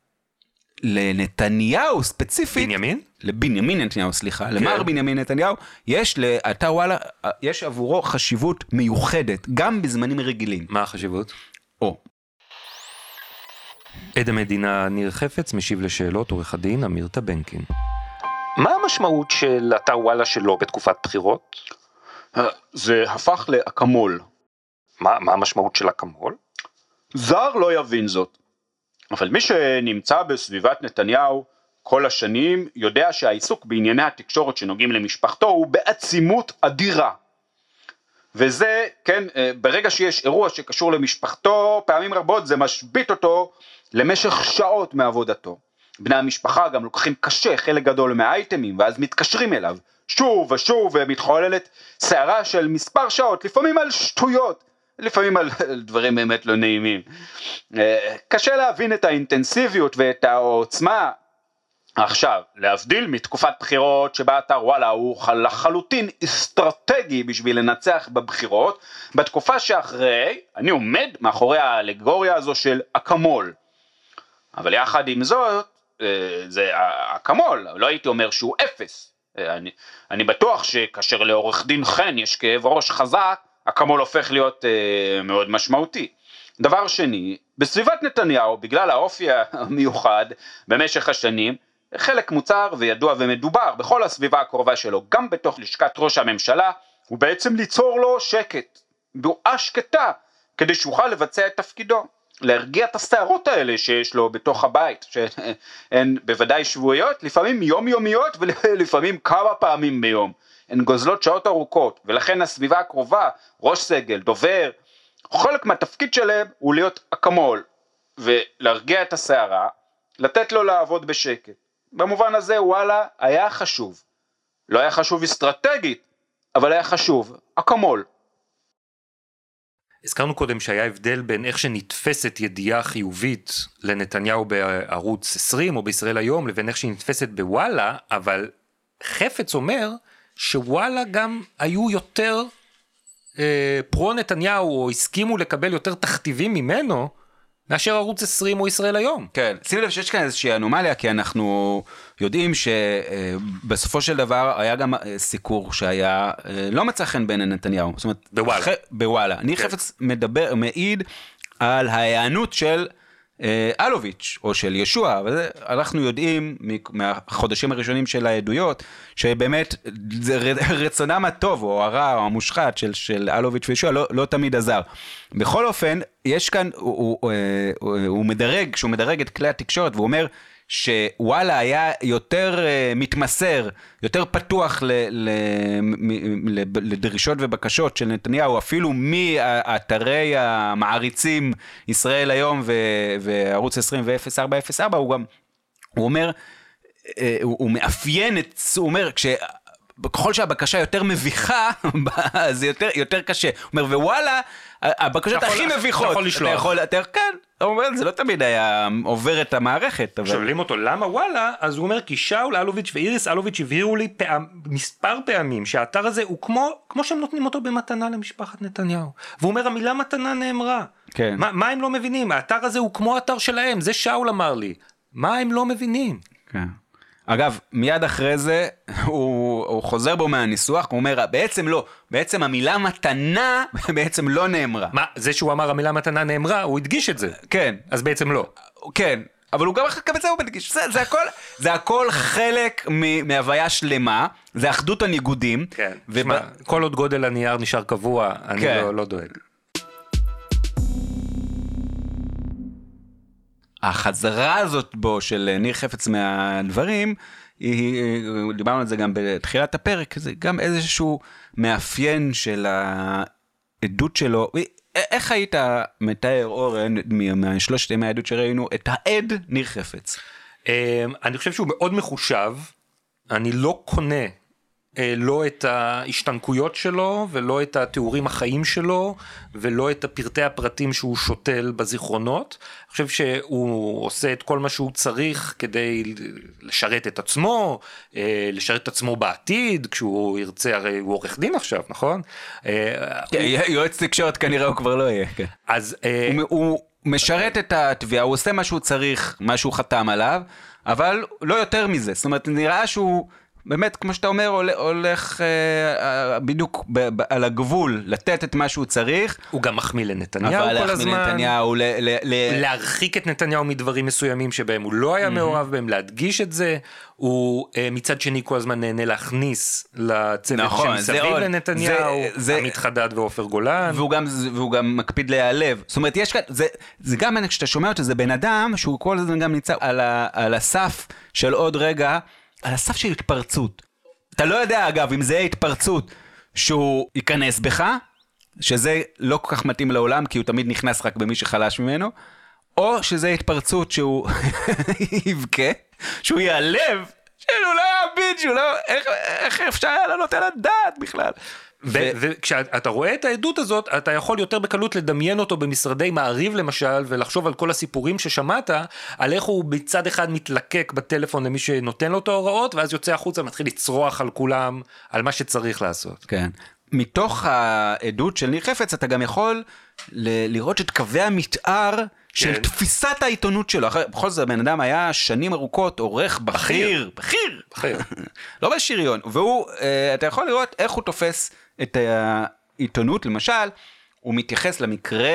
לנתניהו ספציפית, בנימין? לבנימין נתניהו, סליחה, כן. למר בנימין נתניהו, יש לאתר וואלה, יש עבורו חשיבות מיוחדת, גם בזמנים רגילים. מה החשיבות? או. עד המדינה ניר חפץ משיב לשאלות עורך הדין אמיר טבנקין. מה המשמעות של אתר וואלה שלו בתקופת בחירות? זה הפך לאקמול. מה, מה המשמעות של אקמול? זר לא יבין זאת. אבל מי שנמצא בסביבת נתניהו כל השנים יודע שהעיסוק בענייני התקשורת שנוגעים למשפחתו הוא בעצימות אדירה. וזה, כן, ברגע שיש אירוע שקשור למשפחתו, פעמים רבות זה משבית אותו למשך שעות מעבודתו. בני המשפחה גם לוקחים קשה חלק גדול מהאייטמים, ואז מתקשרים אליו שוב ושוב, ומתחוללת סערה של מספר שעות, לפעמים על שטויות. לפעמים על דברים באמת לא נעימים. קשה להבין את האינטנסיביות ואת העוצמה. עכשיו, להבדיל מתקופת בחירות שבה אתר וואלה הוא לחלוטין אסטרטגי בשביל לנצח בבחירות, בתקופה שאחרי, אני עומד מאחורי האלגוריה הזו של אקמול. אבל יחד עם זאת, זה אקמול, לא הייתי אומר שהוא אפס. אני, אני בטוח שכאשר לעורך דין חן יש כאב ראש חזק, אקמול הופך להיות אה, מאוד משמעותי. דבר שני, בסביבת נתניהו, בגלל האופי המיוחד במשך השנים, חלק מוצר וידוע ומדובר בכל הסביבה הקרובה שלו, גם בתוך לשכת ראש הממשלה, הוא בעצם ליצור לו שקט, בועה שקטה, כדי שיוכל לבצע את תפקידו, להרגיע את הסערות האלה שיש לו בתוך הבית, שהן בוודאי שבועיות, לפעמים יומיומיות ולפעמים כמה פעמים ביום. הן גוזלות שעות ארוכות, ולכן הסביבה הקרובה, ראש סגל, דובר, חלק מהתפקיד שלהם הוא להיות אקמול, ולהרגיע את הסערה, לתת לו לעבוד בשקט. במובן הזה וואלה היה חשוב, לא היה חשוב אסטרטגית, אבל היה חשוב, אקמול. הזכרנו קודם שהיה הבדל בין איך שנתפסת ידיעה חיובית לנתניהו בערוץ עשרים או בישראל היום, לבין איך שנתפסת בוואלה, אבל חפץ אומר שוואלה גם היו יותר אה, פרו נתניהו, או הסכימו לקבל יותר תכתיבים ממנו, מאשר ערוץ עשרים או ישראל היום. כן, שים לב שיש כאן איזושהי אנומליה, כי אנחנו יודעים שבסופו של דבר היה גם סיקור שהיה לא מצא חן בין נתניהו. זאת אומרת, בוואלה. ח... בוואלה. ניר חפץ מדבר, מעיד על ההיענות של אלוביץ' או של ישוע, אבל אנחנו יודעים מהחודשים הראשונים של העדויות, שבאמת רצונם הטוב או הרע או המושחת של, של אלוביץ' וישוע לא, לא תמיד עזר. בכל אופן, יש כאן, הוא, הוא, הוא, הוא מדרג, כשהוא מדרג את כלי התקשורת, והוא אומר שוואלה היה יותר uh, מתמסר, יותר פתוח ל, ל, ל, ל, לדרישות ובקשות של נתניהו, אפילו מאתרי המעריצים ישראל היום ו, וערוץ עשרים ו-אפס ארבע אפס ארבע, הוא גם, הוא אומר, uh, הוא, הוא מאפיין את, הוא אומר, כש... ככל שהבקשה יותר מביכה, זה יותר, יותר קשה. הוא אומר, ווואלה, הבקשות הכי מביכות. אתה יכול לשלוח. אתה יכול, אתה, כן, הוא אומר, זה לא תמיד היה עובר את המערכת. אבל... שואלים אותו, למה וואלה? אז הוא אומר, כי שאול אלוביץ' ואיריס אלוביץ' הבהירו לי פעם, מספר פעמים, שהאתר הזה הוא כמו, כמו שהם נותנים אותו במתנה למשפחת נתניהו. והוא אומר, המילה מתנה נאמרה. כן. מה, מה הם לא מבינים? האתר הזה הוא כמו אתר שלהם, זה שאול אמר לי. מה הם לא מבינים? כן. אגב, מיד אחרי זה, הוא, הוא חוזר בו מהניסוח, הוא אומר, בעצם לא, בעצם המילה מתנה בעצם לא נאמרה. מה, זה שהוא אמר המילה מתנה נאמרה, הוא הדגיש את זה. כן. אז בעצם לא. כן, אבל הוא גם את זה הוא מדגיש. זה, זה הכל, זה הכל חלק מהוויה שלמה, זה אחדות הניגודים. כן, ובא... שמה, כל עוד גודל הנייר נשאר קבוע, אני כן. לא, לא דואג. החזרה הזאת בו של ניר חפץ מהדברים, היא, דיברנו על זה גם בתחילת הפרק, זה גם איזשהו מאפיין של העדות שלו. איך היית מתאר, אורן, מהשלושת ימי העדות שראינו, את העד ניר חפץ? אני חושב שהוא מאוד מחושב, אני לא קונה לא את ההשתנקויות שלו, ולא את התיאורים החיים שלו, ולא את הפרטי הפרטים שהוא שותל בזיכרונות. אני חושב שהוא עושה את כל מה שהוא צריך כדי לשרת את עצמו, לשרת את עצמו בעתיד, כשהוא ירצה, הרי הוא עורך דין עכשיו, נכון? יועץ תקשורת כנראה הוא כבר לא יהיה. אז... הוא משרת את התביעה, הוא עושה מה שהוא צריך, מה שהוא חתם עליו, אבל לא יותר מזה. זאת אומרת, נראה שהוא... באמת, כמו שאתה אומר, הולך אה, בדיוק ב- ב- על הגבול, לתת את מה שהוא צריך. הוא גם מחמיא לנתניהו כל הזמן. לנתניהו, ל- ל- ל- להרחיק את נתניהו מדברים מסוימים שבהם הוא לא היה mm-hmm. מעורב בהם, להדגיש את זה. הוא אה, מצד שני כל הזמן נהנה להכניס לצוות נכון, שמסביב עוד, לנתניהו, זה, זה, עמית חדד ועופר גולן. והוא גם, והוא גם מקפיד להיעלב. זאת אומרת, יש כאן, זה, זה גם כשאתה שומע אותו, זה בן אדם שהוא כל הזמן גם נמצא על, ה, על הסף של עוד רגע, על הסף של התפרצות. אתה לא יודע, אגב, אם זה התפרצות שהוא ייכנס בך, שזה לא כל כך מתאים לעולם, כי הוא תמיד נכנס רק במי שחלש ממנו, או שזה התפרצות שהוא יבכה, שהוא יעלב, שהוא לא יעביד, שהוא לא... איך, איך אפשר היה לעלות על הדעת בכלל? וכשאתה רואה את העדות הזאת, אתה יכול יותר בקלות לדמיין אותו במשרדי מעריב למשל, ולחשוב על כל הסיפורים ששמעת, על איך הוא בצד אחד מתלקק בטלפון למי שנותן לו את ההוראות, ואז יוצא החוצה ומתחיל לצרוח על כולם, על מה שצריך לעשות. כן. מתוך העדות של ניר חפץ, אתה גם יכול ל- לראות את קווי המתאר של כן. תפיסת העיתונות שלו. בכל זאת, הבן אדם היה שנים ארוכות, עורך בכיר, בכיר, בכיר. לא בשריון. והוא, אתה יכול לראות איך הוא תופס את העיתונות, למשל, הוא מתייחס למקרה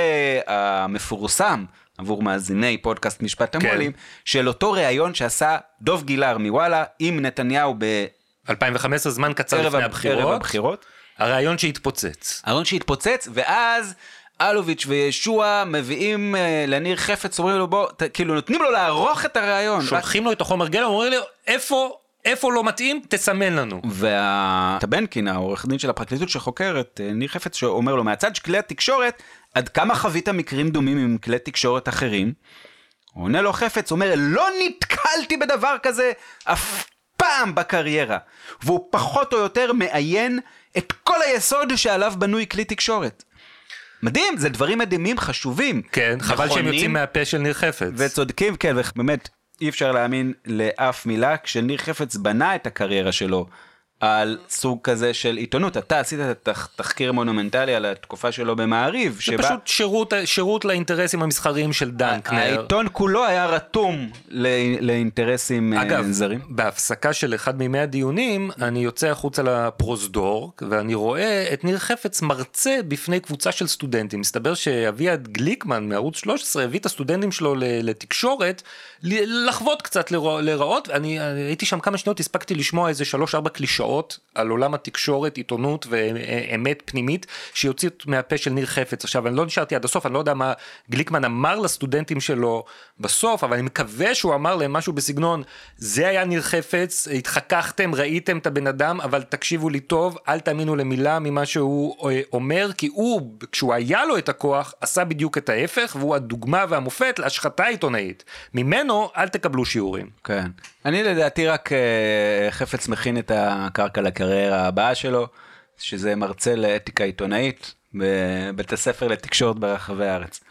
המפורסם, עבור מאזיני פודקאסט משפט המו"לים, כן. של אותו ראיון שעשה דוב גילר מוואלה, עם נתניהו ב-אלפיים וחמש עשרה, זמן קצר לפני הבחירות. ערב הבחירות. הרעיון שהתפוצץ. הרעיון שהתפוצץ, ואז אלוביץ' וישוע מביאים לניר חפץ, אומרים לו בוא, כאילו נותנים לו לערוך את הרעיון. שולחים לו את החומר גלם, אומרים לו, איפה, איפה לא מתאים, תסמן לנו. והטבנקין, העורך דין של הפרקליטות שחוקרת, ניר חפץ, שאומר לו, מהצד של כלי התקשורת, עד כמה חווית מקרים דומים עם כלי תקשורת אחרים? עונה לו חפץ, אומר, לא נתקלתי בדבר כזה אף פעם בקריירה. והוא פחות או יותר מעיין את כל היסוד שעליו בנוי כלי תקשורת. מדהים, זה דברים מדהימים חשובים. כן, חבל שהם יוצאים מהפה של ניר חפץ. וצודקים, כן, ובאמת אי אפשר להאמין לאף מילה, כשניר חפץ בנה את הקריירה שלו, על סוג כזה של עיתונות. אתה עשית את התחקיר מונומנטלי על התקופה שלו במעריב. זה שבה... פשוט שירות, שירות לאינטרסים המסחריים של דנקנר. העיתון כולו היה רתום לאינטרסים אגב, זרים. אגב, בהפסקה של אחד מימי הדיונים, אני יוצא החוצה לפרוזדור, ואני רואה את ניר חפץ מרצה בפני קבוצה של סטודנטים. מסתבר שאביעד גליקמן מערוץ שלוש עשרה הביא את הסטודנטים שלו לתקשורת, לחוות קצת לראות. אני הייתי שם כמה שניות, הספקתי לשמוע איזה שלוש ארבע קלישאות על עולם התקשורת, עיתונות ואמת פנימית שיוצאת מהפה של ניר חפץ. עכשיו, אני לא נשארתי עד הסוף, אני לא יודע מה גליקמן אמר לסטודנטים שלו בסוף, אבל אני מקווה שהוא אמר להם משהו בסגנון, זה היה ניר חפץ, התחככתם, ראיתם את הבן אדם, אבל תקשיבו לי טוב, אל תאמינו למילה ממה שהוא אומר, כי הוא, כשהוא היה לו את הכוח, עשה בדיוק את ההפך, והוא הדוגמה והמופת להשחתה עיתונאית. ממנו, אל תקבלו שיעורים. כן. אני לדעתי רק חפץ מכין את הקרקע לקריירה הבאה שלו, שזה מרצה לאתיקה עיתונאית בבית הספר לתקשורת ברחבי הארץ.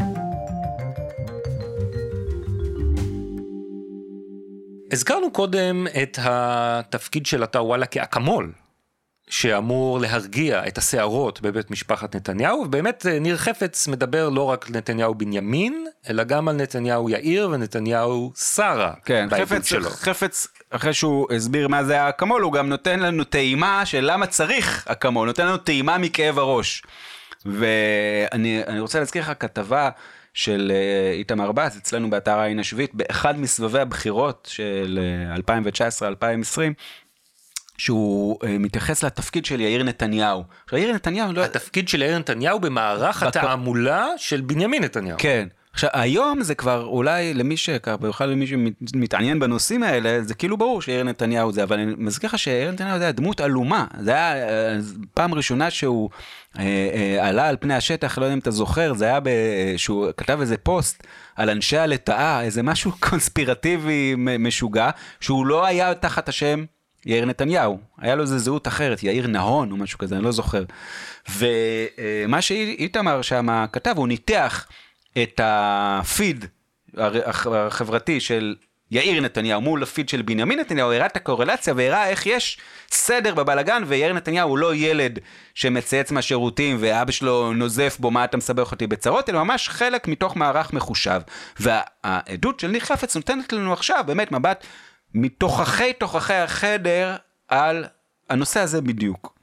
הזכרנו קודם את התפקיד של אתר וואלה כאקמול, שאמור להרגיע את הסערות בבית משפחת נתניהו, ובאמת ניר חפץ מדבר לא רק על נתניהו בנימין, אלא גם על נתניהו יאיר ונתניהו שרה. כן, חפץ, שלו. חפץ, אחרי שהוא הסביר מה זה האקמול, הוא גם נותן לנו טעימה של למה צריך אקמול, נותן לנו טעימה מכאב הראש. ואני אני רוצה להזכיר לך כתבה של איתמר בס, אצלנו באתר העין השביעית, באחד מסבבי הבחירות של אלפיים תשע עשרה אלפיים עשרים, שהוא מתייחס לתפקיד של יאיר נתניהו. עכשיו, יאיר נתניהו לא... התפקיד של יאיר נתניהו במערך בק... התעמולה של בנימין נתניהו. כן. עכשיו, היום זה כבר אולי למי שכך, בכלל למי שמתעניין בנושאים האלה, זה כאילו ברור שיאיר נתניהו זה, אבל אני מזכיר לך שיאיר נתניהו זה היה דמות אלומה. זה היה פעם ראשונה שהוא אה, אה, עלה על פני השטח, לא יודע אם אתה זוכר, זה היה ב, שהוא כתב איזה פוסט על אנשי הלטאה, איזה משהו קונספירטיבי משוגע, שהוא לא היה תחת השם יאיר נתניהו, היה לו איזה זהות אחרת, יאיר נהון או משהו כזה, אני לא זוכר. ומה שאיתמר שם כתב, הוא ניתח את הפיד החברתי של יאיר נתניהו מול הפיד של בנימין נתניהו, הראה את הקורלציה והראה איך יש סדר בבלגן, ויאיר נתניהו הוא לא ילד שמצייץ מהשירותים ואבא שלו נוזף בו מה אתה מסבך אותי בצרות, אלא ממש חלק מתוך מערך מחושב. והעדות של ניר חפץ נותנת לנו עכשיו באמת מבט מתוכחי תוכחי החדר על הנושא הזה בדיוק.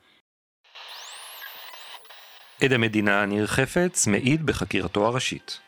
עד המדינה ניר חפץ מעיד בחקירתו הראשית.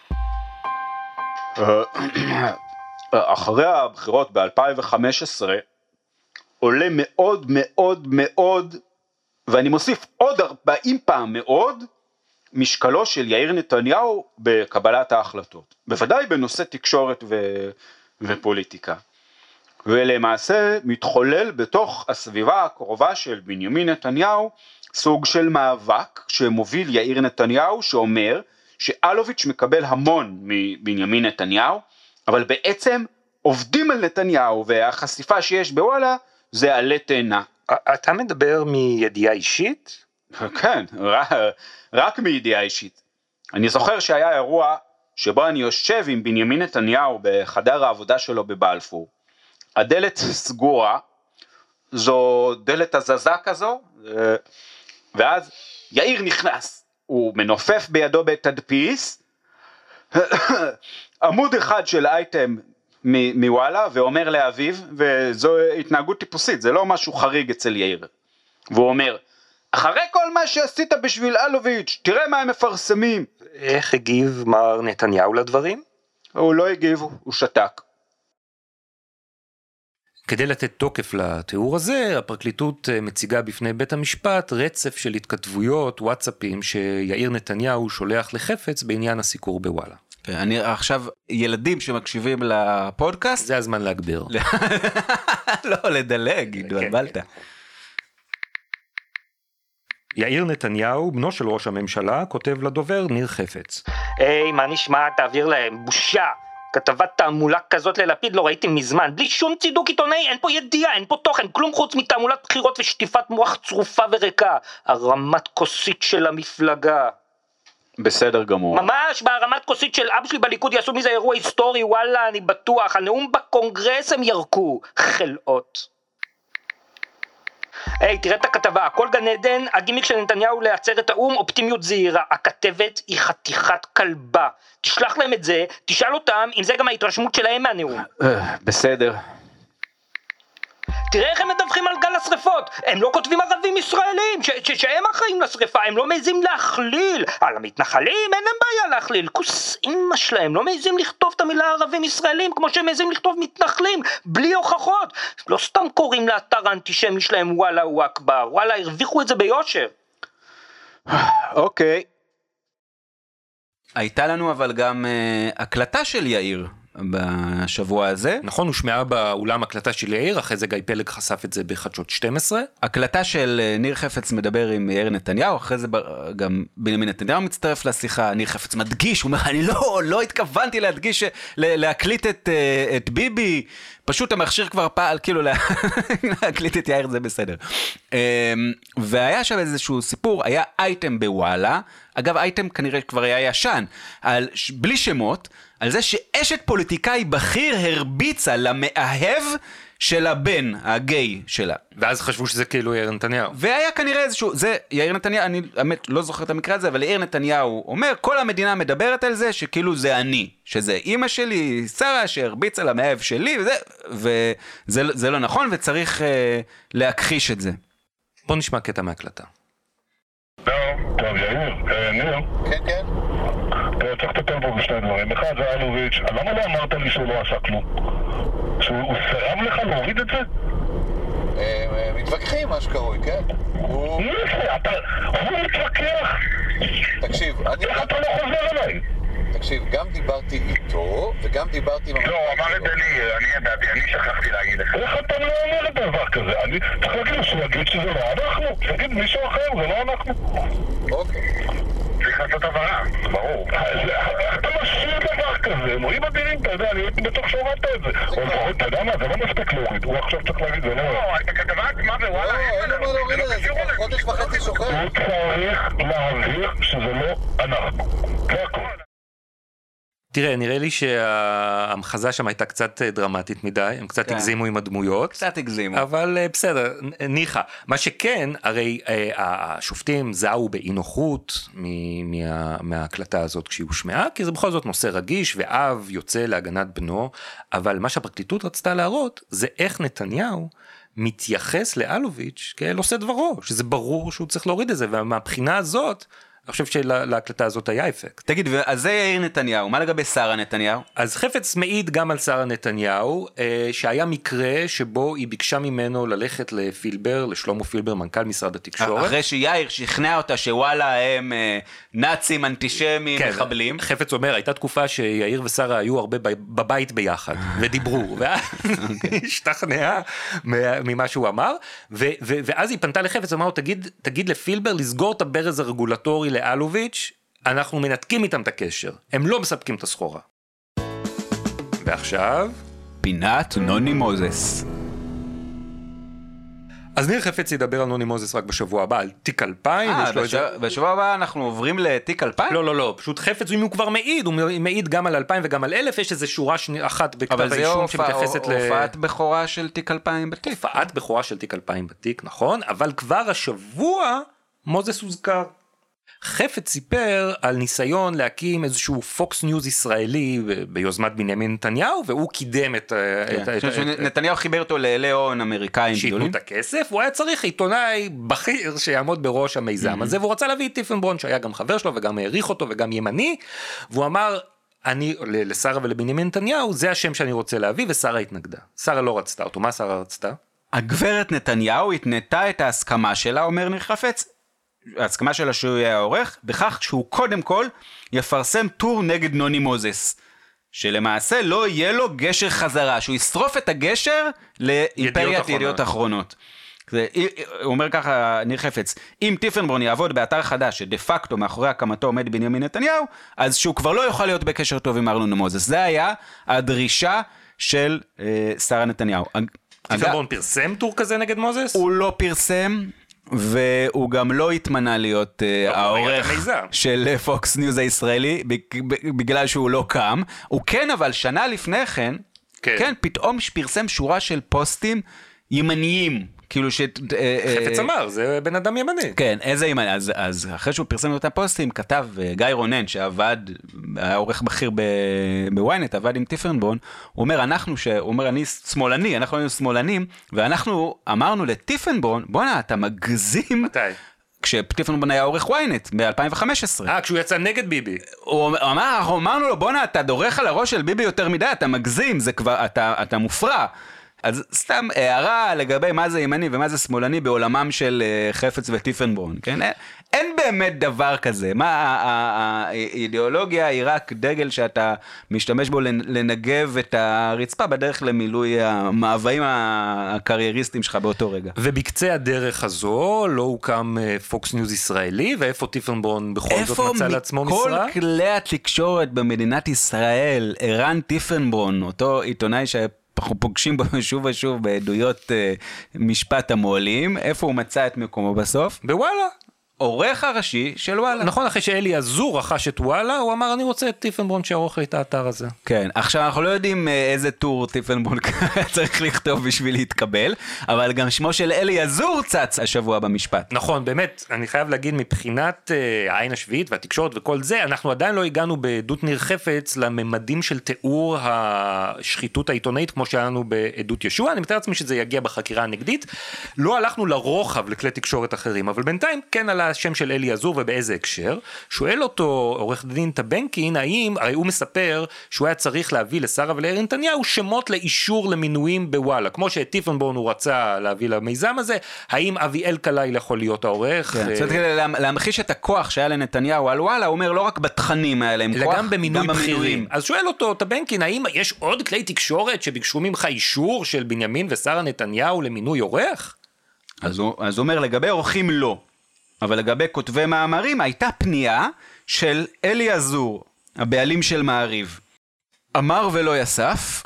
אחרי הבחירות ב-אלפיים וחמש עשרה עולה מאוד מאוד מאוד, ואני מוסיף עוד ארבעים פעם מאוד, משקלו של יאיר נתניהו בקבלת ההחלטות. בוודאי בנושא תקשורת ו... ופוליטיקה. ולמעשה מתחולל בתוך הסביבה הקרובה של בנימין נתניהו סוג של מאבק שמוביל יאיר נתניהו, שאומר שאלוביץ' מקבל המון מבנימין נתניהו, אבל בעצם עובדים על נתניהו, והחשיפה שיש בוואלה זה עלה תאנה. אתה מדבר מידיעה אישית? כן, רק מידיעה אישית. אני זוכר שהיה אירוע שבו אני יושב עם בנימין נתניהו בחדר העבודה שלו בבלפור. הדלת סגורה, זו דלת הזזה כזו, ואז יאיר נכנס, הוא מנופף בידו בתדפיס, עמוד אחד של אייטם מוואלה, ואומר לאביו, וזו התנהגות טיפוסית, זה לא משהו חריג אצל יאיר. והוא אומר, אחרי כל מה שעשית בשביל אלוביץ', תראה מה הם מפרסמים. איך הגיב מר נתניהו לדברים? הוא לא הגיב, הוא שתק. כדי לתת תוקף לתיאור הזה, הפרקליטות מציגה בפני בית המשפט רצף של התכתבויות, וואטסאפים, שיאיר נתניהו שולח לחפץ בעניין הסיקור בוואלה. אני עכשיו, ילדים שמקשיבים לפודקאסט, זה הזמן להגביר. לא, לדלג, התבלבלת. יאיר נתניהו, בנו של ראש הממשלה, כותב לדובר ניר חפץ. היי, מה נשמע? תעביר להם, בושה. כתבת תעמולה כזאת ללפיד לא ראיתם מזמן, בלי שום צידוק עיתונאי, אין פה ידיעה, אין פה תוכן, כלום חוץ מתעמולת בחירות ושטיפת מוח צרופה וריקה, הרמת כוסית של המפלגה. בסדר גמור. ממש בהרמת כוסית של אבא שלי בליכוד יעשו מזה אירוע היסטורי, וואלה, אני בטוח, הנאום בקונגרס הם ירקו, חלאות. היי, תראה את הכתבה, הכל גן עדן, הגימיק של נתניהו לעצר את האום, אופטימיות זהירה, הכתבת היא חתיכת כלבה, תשלח להם את זה, תשאל אותם אם זה גם ההתרשמות שלהם מהנאום. בסדר. תראה איך הם מדווחים על גל השריפות, הם לא כותבים ערבים ישראלים, ש- ש- שהם אחראים לשריפה, הם לא מעזים להכליל, על המתנחלים אין להם בעיה להכליל, כוס אמא שלהם, לא מעזים לכתוב את המילה ערבים ישראלים, כמו שהם מעזים לכתוב מתנחלים, בלי הוכחות, לא סתם קוראים לאתר האנטישמי שלהם וואלה הוא אכבר, וואלה הרוויחו את זה ביושר. אוקיי. הייתה לנו אבל גם uh, הקלטה של יאיר בשבוע הזה. נכון, הושמעה באולם הקלטה של יאיר, אחרי זה גיא פלג חשף את זה בחדשות שתים עשרה. הקלטה של ניר חפץ מדבר עם יאיר נתניהו, אחרי זה גם בנימין נתניהו מצטרף לשיחה, ניר חפץ מדגיש, הוא אומר, אני לא, לא התכוונתי להדגיש, להקליט את, את ביבי, פשוט המכשיר כבר פעל, כאילו להקליט את יאיר זה בסדר. והיה שם איזשהו סיפור, היה אייטם בוואלה, אגב אייטם כנראה כבר היה ישן, על, בלי שמות, על זה שאשת פוליטיקאי בכיר הרביצה למאהב של הבן, הגיי שלה. ואז חשבו שזה כאילו יאיר נתניהו. והיה כנראה איזשהו, זה יאיר נתניהו, אני באמת לא זוכר את המקרה הזה, אבל יאיר נתניהו אומר, כל המדינה מדברת על זה, שכאילו זה אני, שזה אמא שלי, שרה, שהרביצה למאהב שלי, וזה, וזה זה לא נכון, וצריך אה, להכחיש את זה. בוא נשמע קטע מהקלטה. טוב, טוב, יאיר, ניר. כן, כן. צריך לטפל פה בשני דברים. אחד זה אלוביץ', למה לא אמרת לי שהוא לא עשה כלום? שהוא סרם לך להוריד את זה? מתווכחים, מה שקרוי, כן? הוא... אתה... הוא מתווכח! תקשיב, אני... איך אתה לא חוזר אליי? תקשיב, גם דיברתי איתו, וגם דיברתי עם... לא, אמר את זה לי, אני ידעתי, אני שכחתי להגיד לך. איך אתה לא אומר את דבר כזה? אני... צריך להגיד לו שהוא יגיד שזה לא אנחנו, תגיד מישהו אחר, זה לא אנחנו. אוקיי. צריך לעשות עברה, ברור. איך אתה משאיר דבר כזה? מורים אדירים, אתה יודע, אני הייתי בטוח שהורדת את זה. או לפחות, אתה יודע מה, זה לא מספיק להוריד. הוא עכשיו צריך להגיד, זה לא... לא, את הכתבה עצמה בוואלה... לא, אין לו מה להוריד את זה, זה כבר חודש וחצי שוכר. הוא צריך להבהיר שזה לא אנחנו. זה הכל. תראה, נראה לי שההמחזה שם הייתה קצת דרמטית מדי, הם קצת הגזימו עם הדמויות. קצת הגזימו. אבל בסדר, ניחה. מה שכן, הרי השופטים זהו באי נוחות מההקלטה הזאת כשהיא הושמעה, כי זה בכל זאת נושא רגיש, ואב יוצא להגנת בנו, אבל מה שהפרקליטות רצתה להראות, זה איך נתניהו מתייחס לאלוביץ' כאל עושה דברו, שזה ברור שהוא צריך להוריד את זה, ומהבחינה הזאת, אני חושב שלהקלטה הזאת היה אפקט. תגיד, אז זה יאיר נתניהו, מה לגבי שרה נתניהו? אז חפץ מעיד גם על שרה נתניהו, שהיה מקרה שבו היא ביקשה ממנו ללכת לפילבר, לשלמה פילבר, מנכ"ל משרד התקשורת. אחרי שיאיר שכנע אותה שוואלה הם נאצים, אנטישמים, מחבלים. חפץ אומר, הייתה תקופה שיאיר ושרה היו הרבה בבית ביחד, ודיברו, ואז השתכנעה ממה שהוא אמר, ואז היא פנתה לחפץ, אמרה, תגיד לפילבר לסגור את הברז הרגולטורי לאלוביץ', אנחנו מנתקים איתם את הקשר, הם לא מספקים את הסחורה. ועכשיו פינת נוני מוזס. אז ניר חפץ ידבר על נוני מוזס רק בשבוע הבא, על תיק אלפיים. אה, בשבוע הבא אנחנו עוברים לתיק אלפיים? לא, לא, לא, פשוט חפץ, אם הוא כבר מעיד, הוא מעיד גם על אלפיים וגם על אלף, יש איזו שורה אחת בכתב האישום שמתייחסת ל... אבל זה הופעת בכורה של תיק אלפיים בתיק. הופעת בכורה של תיק אלפיים בתיק, נכון, אבל כבר השבוע מוזס הוזכר. חפץ סיפר על ניסיון להקים איזשהו פוקס ניוז ישראלי ביוזמת בנימין נתניהו, והוא קידם את... נתניהו חיבר אותו לאלי הון אמריקאים גדולים. שיתנו את הכסף, הוא היה צריך עיתונאי בכיר שיעמוד בראש המיזם הזה, והוא רצה להביא את טיפנברון שהיה גם חבר שלו וגם העריך אותו וגם ימני, והוא אמר, אני, לשרה ולבנימין נתניהו, זה השם שאני רוצה להביא, ושרה התנגדה. שרה לא רצתה אותו, מה שרה רצתה? הגברת נתניהו התנתה את ההסכמה שלה, אומר ניר חפץ, ההסכמה שלה שהוא יהיה העורך, בכך שהוא קודם כל יפרסם טור נגד נוני מוזס, שלמעשה לא יהיה לו גשר חזרה, שהוא ישרוף את הגשר לאימפריית ידיעות אחרונות. הוא אומר ככה, ניר חפץ, אם טיפנברון יעבוד באתר חדש, שדה פקטו מאחורי הקמתו עומד בנימין נתניהו, אז שהוא כבר לא יוכל להיות בקשר טוב עם נוני מוזס. זה היה הדרישה של אה, שרה נתניהו. טיפנברון פרסם טור כזה נגד מוזס? הוא לא פרסם, והוא גם לא התמנה להיות uh, העורך של פוקס ניוז הישראלי, בגלל שהוא לא קם. הוא כן, אבל שנה לפני כן, כן, כן פתאום פרסם שורה של פוסטים ימניים. כאילו ש... חפץ אמר, זה בן אדם ימני. כן, איזה ימני. אז, אז אחרי שהוא פרסם את אותם פוסטים, כתב גיא רונן, שעבד, היה עורך בכיר בוויינט, עבד עם טיפנברון, הוא אומר, אנחנו, ש... הוא אומר, אני שמאלני, אנחנו היינו שמאלנים, ואנחנו אמרנו לטיפנברון, בוא'נה, אתה מגזים. מתי? כשטיפנברון היה עורך וויינט, ב-אלפיים וחמש עשרה. אה, כשהוא יצא נגד ביבי. הוא אמר, אנחנו אמרנו לו, בוא'נה, אתה דורך על הראש של ביבי יותר מדי, אתה מגזים, זה כבר, אתה, אתה מופרע. אז סתם הערה לגבי מה זה ימני ומה זה שמאלני בעולמם של חפץ וטיפנברון, כן? אין באמת דבר כזה. מה, האידיאולוגיה היא רק דגל שאתה משתמש בו לנגב את הרצפה בדרך למילוי המאוויים הקרייריסטים שלך באותו רגע. ובקצה הדרך הזו לא הוקם פוקס ניוז ישראלי, ואיפה טיפנברון בכל זאת מצא לעצמו משרה? איפה מכל כלי התקשורת במדינת ישראל, ערן טיפנברון, אותו עיתונאי ש... אנחנו פוגשים בו שוב ושוב בעדויות uh, משפט המועלים, איפה הוא מצא את מקומו בסוף? בוואלה. עורך הראשי של וואלה. נכון, אחרי שאלי עזור רכש את וואלה, הוא אמר, אני רוצה את טיפנברון שערוך לי את האתר הזה. כן, עכשיו אנחנו לא יודעים איזה טור טיפנברון צריך לכתוב בשביל להתקבל, אבל גם שמו של אלי עזור צץ השבוע במשפט. נכון, באמת, אני חייב להגיד, מבחינת uh, העין השביעית והתקשורת וכל זה, אנחנו עדיין לא הגענו בעדות ניר חפץ לממדים של תיאור השחיתות העיתונאית, כמו שהיה לנו בעדות ישוע. אני מתאר לעצמי שזה יגיע בחקירה הנגדית. לא הלכנו לרוחב לכלי תקשורת אחרים, אבל בינתיים כן על השם של אלי עזור ובאיזה הקשר. שואל אותו עורך דין טבנקין, האם, הרי הוא מספר שהוא היה צריך להביא לשרה וליאיר נתניהו שמות לאישור למינויים בוואלה, כמו שטיפנברון הוא רצה להביא למיזם הזה, האם אבי אלקלעי יכול להיות העורך? כן, זאת אומרת, להמחיש את הכוח שהיה לנתניהו על וואלה, הוא אומר לא רק בתכנים האלה, עם כוח, גם במינוי בכירים. אז שואל אותו טבנקין, האם יש עוד כלי תקשורת שביקשו ממך אישור של בנימין ושרה נתניהו למינוי עורך? אז הוא, אז הוא אומר, לגבי עורכים לא. אבל לגבי כותבי מאמרים, הייתה פנייה של אלי עזור, הבעלים של מעריב. אמר ולא יסף,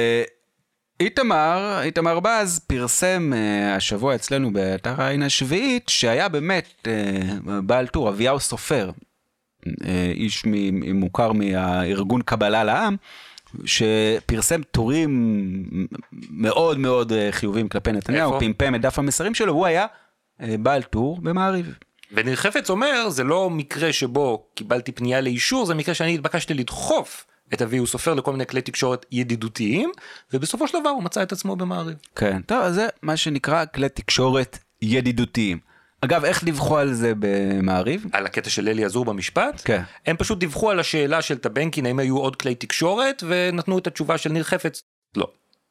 איתמר, איתמר בז פרסם השבוע אצלנו באתר העין השביעית, שהיה באמת בעל טור, אביהו סופר, איש מוכר מהארגון קבלה לעם, שפרסם טורים מאוד מאוד חיוביים כלפי נתניהו, פמפם את דף המסרים שלו, הוא היה בעל טור במעריב. וניר חפץ אומר, זה לא מקרה שבו קיבלתי פנייה לאישור, זה מקרה שאני התבקשתי לדחוף את אביהו סופר לכל מיני כלי תקשורת ידידותיים, ובסופו של דבר הוא מצא את עצמו במעריב. כן, טוב, זה מה שנקרא כלי תקשורת ידידותיים. אגב, איך דיווחו על זה במעריב? על הקטע של אלי עזור במשפט? כן. הם פשוט דיווחו על השאלה של טבנקין, האם היו עוד כלי תקשורת, ונתנו את התשובה של ניר חפץ, לא.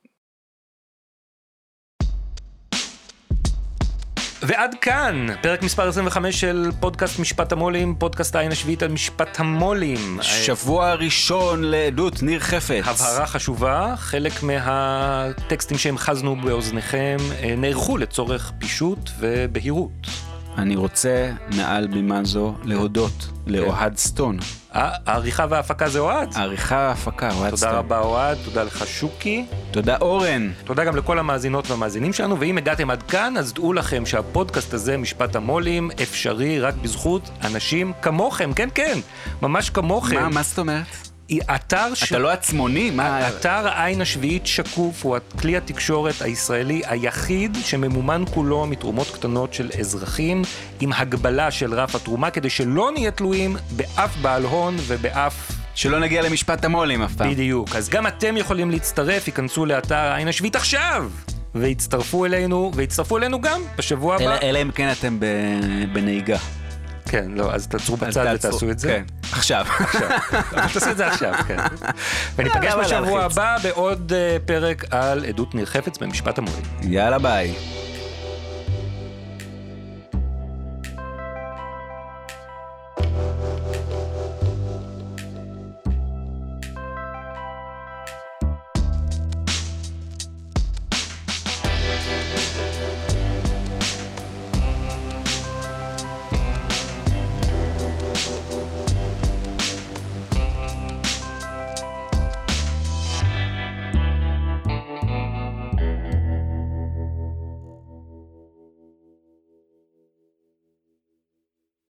ועד כאן, פרק מספר עשרים וחמש של פודקאסט משפט המולים, פודקאסט העין השביעית על משפט המולים. שבוע ראשון לעדות ניר חפץ. הבהרה חשובה, חלק מהטקסטים שהם חזנו באוזניכם נערכו לצורך פישוט ובהירות. אני רוצה מעל בימה זו להודות לאוהד סטון. העריכה וההפקה זה אוהד? העריכה וההפקה, אוהד סטון. תודה רבה אוהד, תודה לך שוקי. תודה אורן. תודה גם לכל המאזינות והמאזינים שלנו, ואם הגעתם עד כאן, אז דעו לכם שהפודקאסט הזה, משפט המולים, אפשרי רק בזכות אנשים כמוכם, כן כן, ממש כמוכם. מה, מה זאת אומרת? אתר ש... אתה לא עצמוני? מה... אתר העין השביעית שקוף הוא כלי התקשורת הישראלי היחיד שממומן כולו מתרומות קטנות של אזרחים, עם הגבלה של רף התרומה, כדי שלא נהיה תלויים באף בעל הון ובאף... שלא נגיע למשפט המולים אף פעם. בדיוק. אז גם אתם יכולים להצטרף, ייכנסו לאתר העין השביעית עכשיו, והצטרפו אלינו, והצטרפו אלינו גם בשבוע הבא. אלא אם כן אתם בנהיגה. כן, לא, אז תעצרו בצד ותעשו את זה. כן, עכשיו. עכשיו. אבל תעשו את זה עכשיו, כן. וניפגש בשבוע הבא בעוד פרק על עדות ניר חפץ במשפט המולים. יאללה ביי.